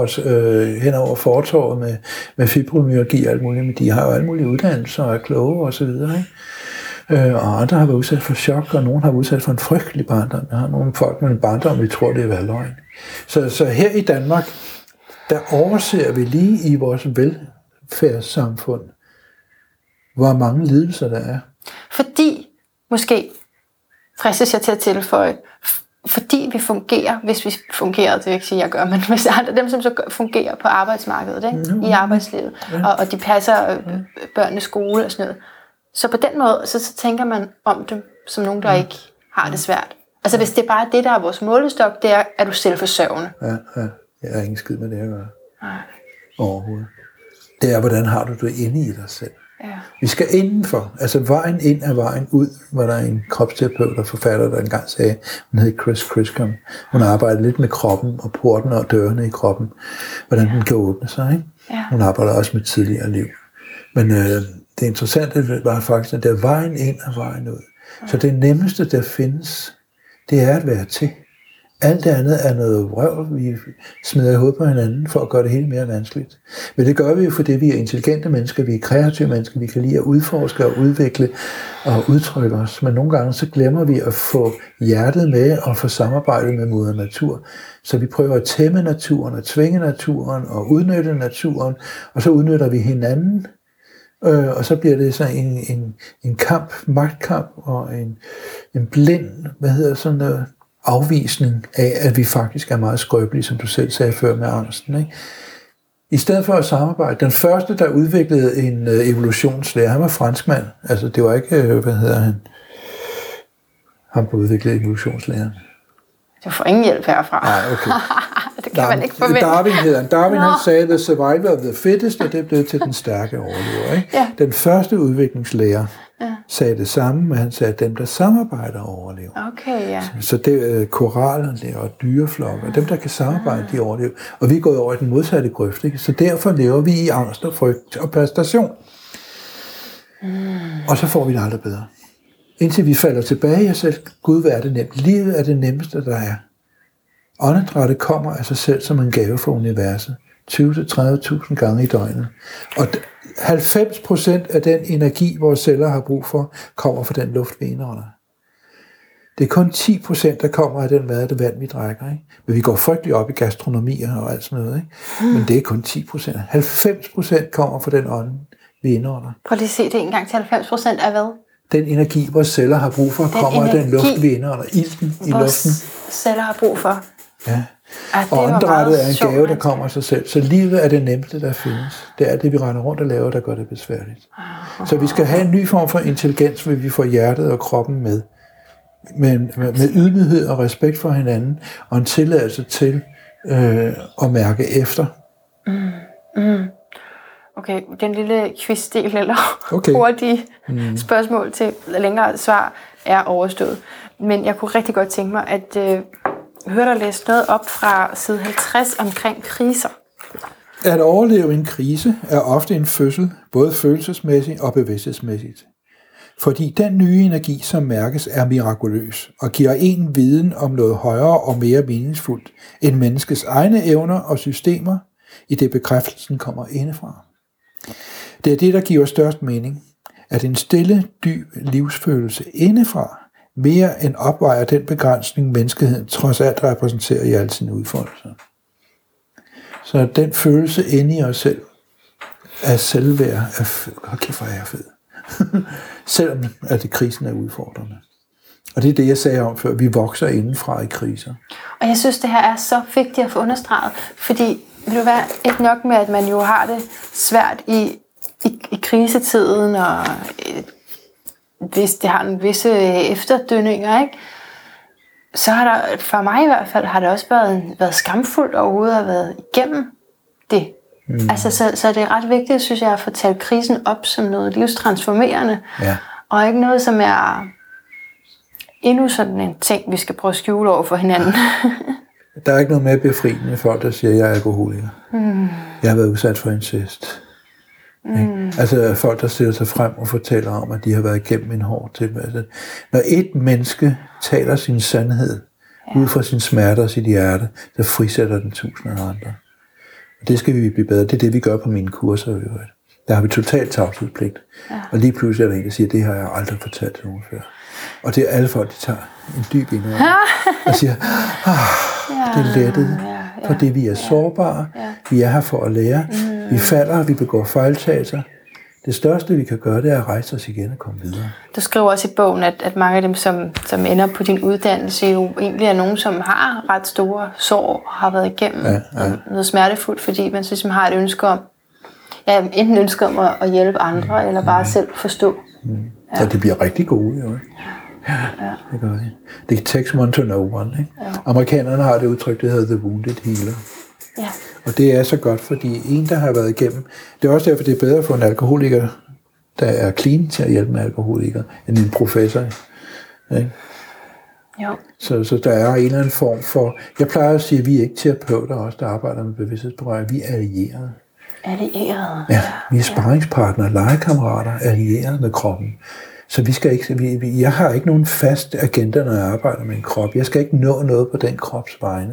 hen over fortorvet med fibromyalgi og alt muligt, men de har jo alle mulige uddannelser og er kloge og så videre, ikke? Og andre har været udsat for chok, og nogen har været udsat for en frygtelig barndom. Jeg har nogle folk med en barndom, vi tror, det er valgløgn. Så her i Danmark, der overser vi lige i vores velfærdssamfund, hvor mange lidelser der er. Fordi, måske fristes jeg til at tilføje, fordi vi fungerer, hvis vi fungerer, det vil ikke sige, jeg gør, men hvis andre, dem som så fungerer på arbejdsmarkedet, ikke? I arbejdslivet, og de passer børnenes skole og sådan noget, så på den måde, så tænker man om dem som nogen, der ikke har det svært. Altså hvis det er bare det, der er vores målestok, det er du selvforsørgende. Ja. Jeg har ingen skid med det at gøre. Nej. Overhovedet. Det er, hvordan har du det inde i dig selv. Ja. Vi skal indenfor. Altså vejen ind er vejen ud, hvor der er en kropsterapeut og forfatter, der engang sagde, hun hed Chris Criscom. Hun arbejder lidt med kroppen og porten og dørene i kroppen. Hvordan den kan åbne sig. Ikke? Ja. Hun arbejder også med tidligere liv. Men det interessante var faktisk, at der er vejen ind og vejen ud. Så det nemmeste, der findes, det er at være til. Alt det andet er noget vrøvl, vi smider i hovedet på hinanden for at gøre det hele mere vanskeligt. Men det gør vi jo, fordi vi er intelligente mennesker, vi er kreative mennesker, vi kan lide at udforske og udvikle og udtrykke os. Men nogle gange så glemmer vi at få hjertet med og få samarbejdet med moder natur. Så vi prøver at tæmme naturen og tvinge naturen og udnytte naturen, og så udnytter vi hinanden. Og så bliver det så en kamp, magtkamp og en blind, afvisning af, at vi faktisk er meget skrøbelige, som du selv sagde før med angsten. Ikke? I stedet for at samarbejde, den første, der udviklede en evolutionslære, han var franskmand. Altså, det var ikke, han blev udviklet evolutionslæren. Du får ingen hjælp herfra. Nej, okay. Det kan man ikke forvente. Darwin hedder han. Darwin han sagde, the survival of the fittest, og det blev til den stærke overlever. Ikke? Ja. Den første udviklingslærer sagde det samme, men han sagde, at dem, der samarbejder, overlever. Okay, ja. Så det er korallerne og dyreflokker, dem, der kan samarbejde, de overlever. Og vi er gået over i den modsatte grøft, ikke? Så derfor lever vi i angst og frygt og præstation. Og så får vi det aldrig bedre. Indtil vi falder tilbage i os selv. Gud, hvad er det nemt? Livet er det nemmeste, der er. Åndedrættet kommer af sig selv som en gave fra universet. 20-30.000 gange i døgnet. Og 90% af den energi, vores celler har brug for, kommer fra den luft, vi indånder. Det er kun 10%, der kommer af den vand, vi drikker. Ikke? Men vi går frygtelig op i gastronomier og alt sådan noget. Ikke? Men det er kun 10%. 90% kommer fra den ånd, vi indånder. Prøv lige at se det en gang til 90% af hvad? Den energi, vores celler har brug for, kommer af den luft, vi indånder. Ilten i luften. Celler har brug for. Ja. Og åndedrættet er en gave, der kommer af sig selv. Så livet er det nemmeste, der findes. Det er det, vi render rundt og laver, der gør det besværligt. Så vi skal have en ny form for intelligens, hvor vi får hjertet og kroppen med. Med ydmyghed og respekt for hinanden, og en tilladelse til at mærke efter. Okay, den lille quiz-del eller hurtige spørgsmål til længere svar er overstået. Men jeg kunne rigtig godt tænke mig at høre dig læse noget op fra side 50 omkring kriser. At overleve en krise er ofte en fødsel, både følelsesmæssigt og bevidsthedsmæssigt. Fordi den nye energi, som mærkes, er mirakuløs og giver en viden om noget højere og mere meningsfuldt end menneskets egne evner og systemer, i det bekræftelsen kommer indefra. Det er det, der giver størst mening, at en stille, dyb livsfølelse indefra mere end opvejer den begrænsning, menneskeheden trods alt repræsenterer i alle sine udfoldelser. Så den følelse inde i os selv af selvværd, kæft, hvor er jeg fed. Selvom at krisen er udfordrende. Og det er det, jeg sagde om før, vi vokser indenfra i kriser. Og jeg synes, det her er så vigtigt at få understreget, fordi vil du være ikke nok med, at man jo har det svært i krisetiden, og hvis det har en visse efterdønninger, ikke? Så har der, for mig i hvert fald, har det også været skamfuldt overhovedet at have været igennem det. Altså, så det er ret vigtigt, synes jeg, at få talt krisen op som noget livstransformerende, og ikke noget, som er endnu sådan en ting, vi skal prøve at skjule over for hinanden. Der er ikke noget mere befriende med folk, der siger, at jeg er alkoholiker. Jeg har været udsat for incest. Altså folk, der stiller sig frem og fortæller om, at de har været igennem en hård tilværelse. Når et menneske taler sin sandhed ud fra sin smerte og sit hjerte, så frisætter den tusinder af andre. Og det skal vi blive bedre. Det er det, vi gør på mine kurser. Der har vi totalt tavshedspligt. Og lige pludselig er der en, der siger, det har jeg aldrig fortalt til nogen før. Og det er alle folk, de tager en dyb indånding og siger, det er lettet, fordi vi er sårbare, vi er her for at lære, vi falder, vi begår fejltagelser. Det største, vi kan gøre, det er at rejse os igen og komme videre. Du skriver også i bogen, at mange af dem, som ender på din uddannelse, jo egentlig er nogen, som har ret store sår, har været igennem noget smertefuldt, fordi man synes, man har et ønske om, enten ønske om at hjælpe andre, eller bare selv forstå. Og det bliver rigtig gode, jo. Ja, det gør det. Det takes one to know one, ikke? Amerikanerne har det udtryk, det hedder the wounded healer. Ja. Og det er så godt, fordi en, der har været igennem, det er også derfor, det er bedre for en alkoholiker, der er clean til at hjælpe med alkoholikere, end en professor. Ikke? Jo. Så der er en eller anden form for, jeg plejer at sige, at vi er ikke terapeuter også, der arbejder med bevidsthedsberøring, vi er allierede. Allierede. Ja, vi er sparringspartnere, legekammerater, allierede med kroppen. Så vi skal ikke, jeg har ikke nogen fast agenda, når jeg arbejder med en krop. Jeg skal ikke nå noget på den krops vegne.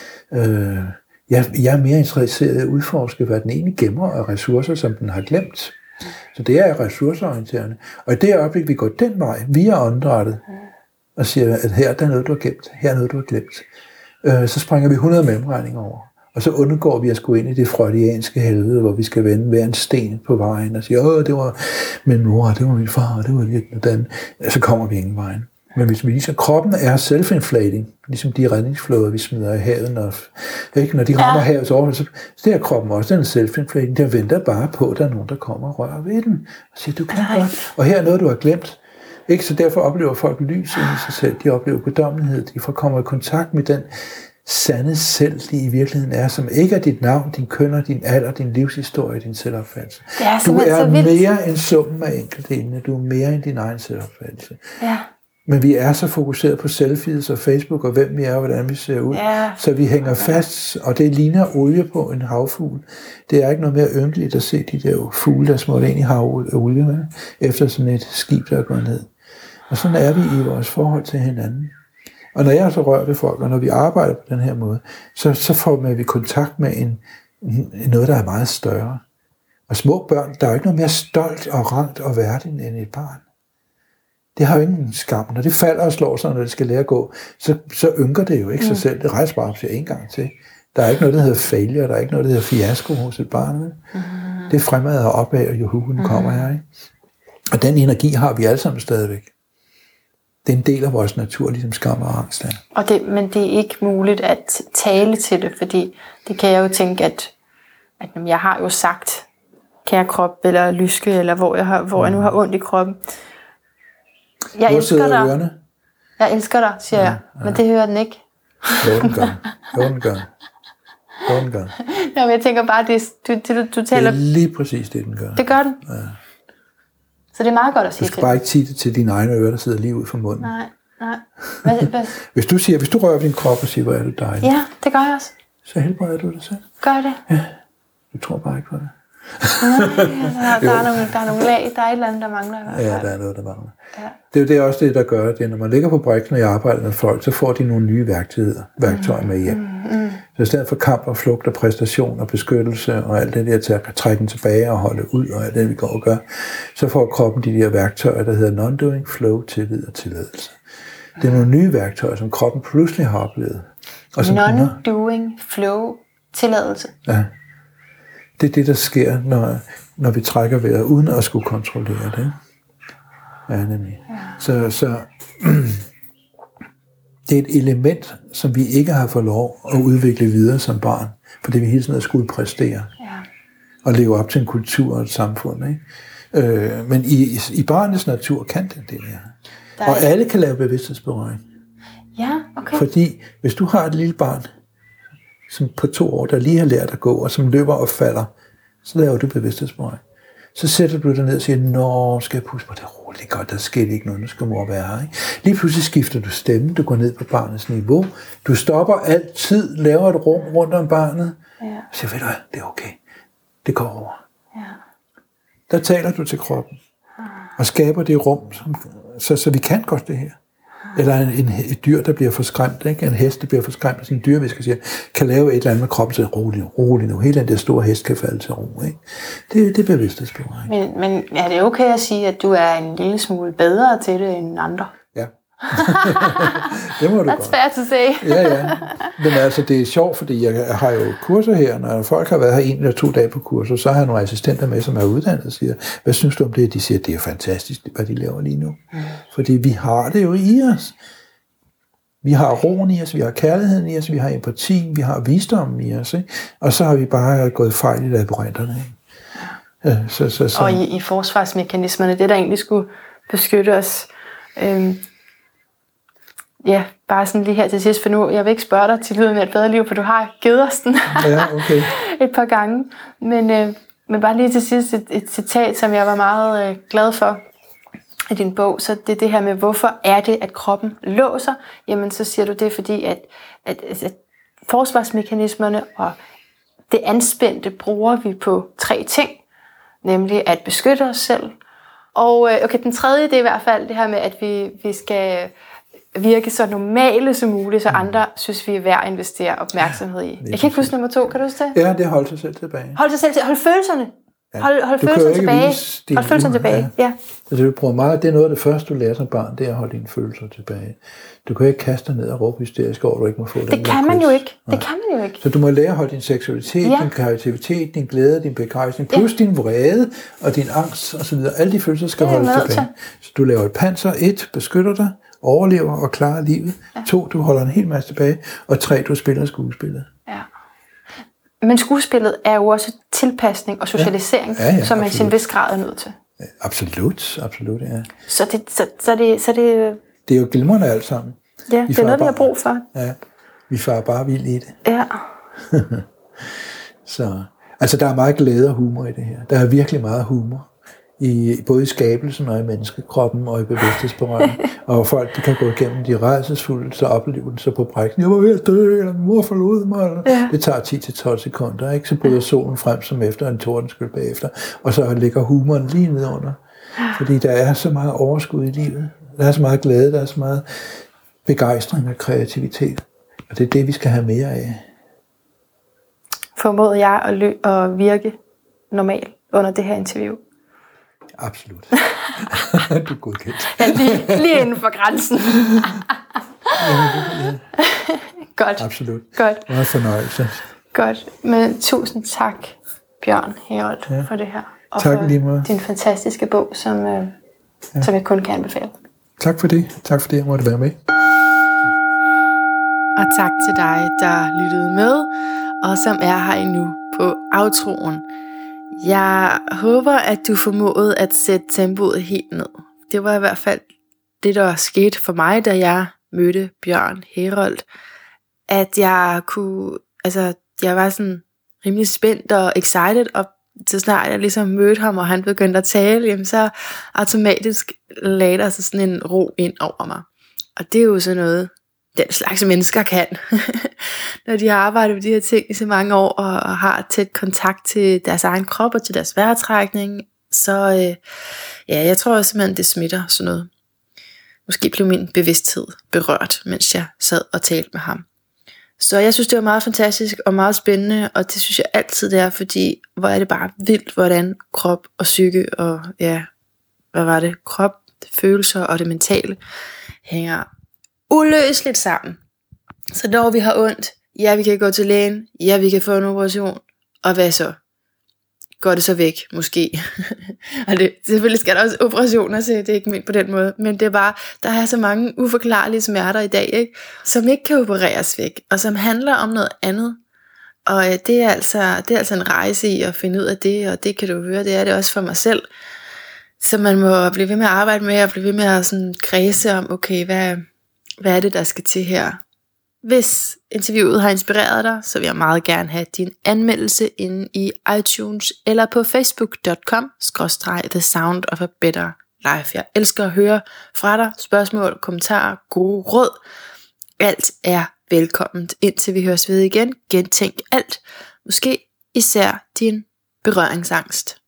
Jeg er mere interesseret i at udforske, hvad den egentlig gemmer af ressourcer, som den har glemt. Så det er ressourceorienterende. Og i det øjeblik, vi går den vej, via åndedrættet, og siger, at her der er noget, du har gemt, her er noget, du har glemt, så springer vi 100 mellemregninger over. Og så undgår vi at gå ind i det freudianske helvede, hvor vi skal vende hver en sten på vejen og sige, det var min mor, det var min far, det var lidt den. Så kommer vi ingen vejen. Men hvis vi ligesom, kroppen er self-inflating, ligesom de redningsflåder, vi smider i havet, når de rammer havets overflade, så det er kroppen også, den er self-inflating, der venter bare på, at der er nogen, der kommer og rører ved den, og siger, du kan godt, og her er noget, du har glemt. Ikke? Så derfor oplever folk lys ind i sig selv, de oplever guddommelighed, de får kommer i kontakt med den sande selv, de i virkeligheden er, som ikke er dit navn, din køn, din alder, din livshistorie, din selvopfattelse. Du er mere end summen af enkeltdelene, du er mere end din egen selvopfattelse. Ja. Men vi er så fokuseret på selfies og Facebook, og hvem vi er, og hvordan vi ser ud, så vi hænger fast, og det ligner olie på en havfugl. Det er ikke noget mere ynkeligt at se de der fugle, der småtter ind i olie med, efter sådan et skib, der er gået ned. Og sådan er vi i vores forhold til hinanden. Og når jeg så rører ved folk, og når vi arbejder på den her måde, så får vi kontakt med noget, der er meget større. Og små børn, der er jo ikke noget mere stolt og rangt og værdigt end et barn. Det har jo ingen skam. Når det falder og slår sig, når det skal lære at gå, så ynker det jo ikke sig selv. Det rejser bare op til en gang til. Der er ikke noget, der hedder failure, der er ikke noget, der hedder fiasko hos et barn. Det er fremad og opad, og juhu, nu kommer her. Ikke? Og den energi har vi alle sammen stadigvæk. Det er en del af vores natur, ligesom skam og angst er. Men det er ikke muligt at tale til det, fordi det kan jeg jo tænke, at jeg har jo sagt, kære krop, eller lyske, eller hvor jeg nu har ondt i kroppen. Jeg elsker dig. Jeg elsker dig, siger jeg, men det hører den ikke. Jo, den gør. Jamen, jeg tænker bare, du taler... Det er lige præcis det, den gør. Det gør den? Ja. Så det er meget godt at sige til. Du skal bare ikke sige det til dine egne ører, der sidder lige ud fra munden. Nej. Hvis du rører din krop og siger, hvor er du dejlig. Ja, det gør jeg også. Så helbreder du det selv. Gør det? Ja, du tror bare ikke på det. Der er nogle lag, der er et eller andet, der mangler i hvert fald. Ja, der er noget, der mangler. Ja. Det er også det, der gør det. Når man ligger på brækken, og jeg arbejder med folk, så får de nogle nye værktøjer med hjem. Så i stedet for kamp og flugt og præstation og beskyttelse og alt det der til at trække den tilbage og holde ud og alt det, vi går og gør, så får kroppen de der værktøjer, der hedder non-doing, flow, tillid og tilladelse. Det er nogle nye værktøjer, som kroppen pludselig har oplevet. Non-doing, flow, tilladelse. Ja. Det er det, der sker, når vi trækker vejret, uden at skulle kontrollere det. Ja, nemlig. Ja. Så det er et element, som vi ikke har fået lov at udvikle videre som barn, fordi vi hele tiden skulle præstere og leve op til en kultur og et samfund. Ikke? Men i barnets natur kan det her. Og alle kan lave bevidsthedsberøring. Ja, okay. Fordi hvis du har et lille barn, som på 2 år, der lige har lært at gå, og som løber og falder, så laver du bevidsthedsberøring. Så sætter du dig ned og siger, skal jeg puste på det roligt godt, der sker ikke noget, nu skal mor være her. Ikke? Lige pludselig skifter du stemme, du går ned på barnets niveau, du stopper altid, laver et rum rundt om barnet, og siger, ved du hvad, det er okay, det går over. Ja. Der taler du til kroppen, og skaber det rum, så vi kan godt det her. Eller et dyr, der bliver forskræmt, ikke? En hest, der bliver forskræmt, og sådan en dyrvisker siger, kan lave et eller andet med kroppen, så rolig nu. Hele den der store hest kan falde til ro. Ikke? Det er bevidsthedsberøring. Men er det okay at sige, at du er en lille smule bedre til det end andre? Ja. Det må du godt. That's fair to say. Ja. Men altså, det er sjovt, fordi jeg har jo kurser her, når folk har været her 1 eller 2 dage på kurser, så har jeg nogle assistenter med, som er uddannet og siger, hvad synes du om det? De siger, det er fantastisk, hvad de laver lige nu. Fordi vi har det jo i os. Vi har roen i os, vi har kærligheden i os, vi har empati, vi har visdommen i os, ikke? Og så har vi bare gået fejl i labyrinterne. Ikke? Så. Og i forsvarsmekanismerne, det der egentlig skulle beskytte os. Ja, bare sådan lige her til sidst, for nu, jeg vil ikke spørge dig til lyden af et bedre liv, for du har givet os den et par gange. Men bare lige til sidst et citat, som jeg var meget glad for i din bog, så det er det her med, hvorfor er det, at kroppen låser? Jamen, så siger du det, fordi at forsvarsmekanismerne og det anspændte bruger vi på 3 ting, nemlig at beskytte os selv. Og okay, den tredje, det er i hvert fald det her med, at vi skal virke så normale som muligt, så andre synes, vi er værd at investere opmærksomhed i. Jeg kan ikke huske nummer 2, kan du huske det? Ja, det er holde sig selv tilbage. Hold følelserne. Ja. Hold følelserne tilbage. Hold følelserne tilbage, ja. Altså, du bruger meget, det er noget af det første, du lærer som barn, det er at holde dine følelser tilbage. Du kan ikke kaste dig ned og råbe hysterisk over, du ikke må få det kan man jo ikke. Det kan man jo ikke. Så du må lære at holde din seksualitet, din kreativitet, din glæde, din begejstring, plus din vrede og din angst osv. Alle de følelser skal holdes tilbage. Så du laver et panser. 1, beskytter dig, overlever og klarer livet. 2, du holder en hel masse tilbage. Og 3, du spiller skuespillet. Ja. Men skuespillet er jo også tilpasning og socialisering, som man i sin vis grad er nødt til. Ja, absolut, ja. Så det det er jo glimrende alt sammen. Ja, det er noget, vi har brug for. Ja, vi farer bare vild i det. Ja. Så, altså, der er meget glæde og humor i det her. Der er virkelig meget humor. Både i skabelsen og i menneskekroppen og i bevidsthedsberøring. Og folk, de kan gå igennem de rædselsfulde så oplevelser på brækken. Jeg var ved at dø, eller min mor forlod mig. Ja. Det tager 10-12 sekunder, ikke? Så bryder solen frem som efter en tordenskyld bagefter. Og så ligger humoren lige nedunder. Fordi der er så meget overskud i livet. Der er så meget glæde, der er så meget begejstring og kreativitet. Og det er det, vi skal have mere af. Formåede jeg at virke normalt under det her interview? Absolut. Du er godkendt. Ja, lige inden for grænsen. Ja. Godt. Absolut. Godt. Meget fornøjelse. Godt. Men tusind tak, Bjørn Herold, for det her. Og tak for lige meget. din fantastiske bog, som jeg kun kan anbefale. Tak for det. Tak fordi jeg måtte være med. Og tak til dig, der lyttede med, og som er her endnu på outroen. Jeg håber, at du formåede at sætte tempoet helt ned. Det var i hvert fald det, der skete for mig, da jeg mødte Bjørn Herold. At jeg var sådan rimelig spændt og excited, og så snart jeg ligesom mødte ham, og han begyndte at tale, jamen så automatisk lagde der sig sådan en ro ind over mig. Og det er jo sådan noget, den slags mennesker kan, når de har arbejdet med de her ting i så mange år, og har tæt kontakt til deres egen krop og til deres vejrtrækning, så jeg tror simpelthen, det smitter sådan noget. Måske blev min bevidsthed berørt, mens jeg sad og talte med ham. Så jeg synes, det var meget fantastisk og meget spændende, og det synes jeg altid det er, fordi hvor er det bare vildt, hvordan krop og psyke og krop, følelser og det mentale hænger uløseligt sammen. Så når vi har ondt, ja, vi kan gå til lægen, ja, vi kan få en operation, og hvad så? Går det så væk, måske? Og selvfølgelig skal der også operationer til, det er ikke ment på den måde, men det er bare, der er så mange uforklarlige smerter i dag, ikke? Som ikke kan opereres væk, og som handler om noget andet. Og det er altså en rejse i at finde ud af det, og det kan du høre, det er det også for mig selv. Så man må blive ved med at arbejde med, og blive ved med at sådan kredse om, okay, hvad er det, der skal til her? Hvis interviewet har inspireret dig, så vil jeg meget gerne have din anmeldelse inde i iTunes eller på facebook.com/The Sound of a Better Life. Jeg elsker at høre fra dig, spørgsmål, kommentarer, gode råd. Alt er velkomment, indtil vi høres ved igen. Gentænk alt, måske især din berøringsangst.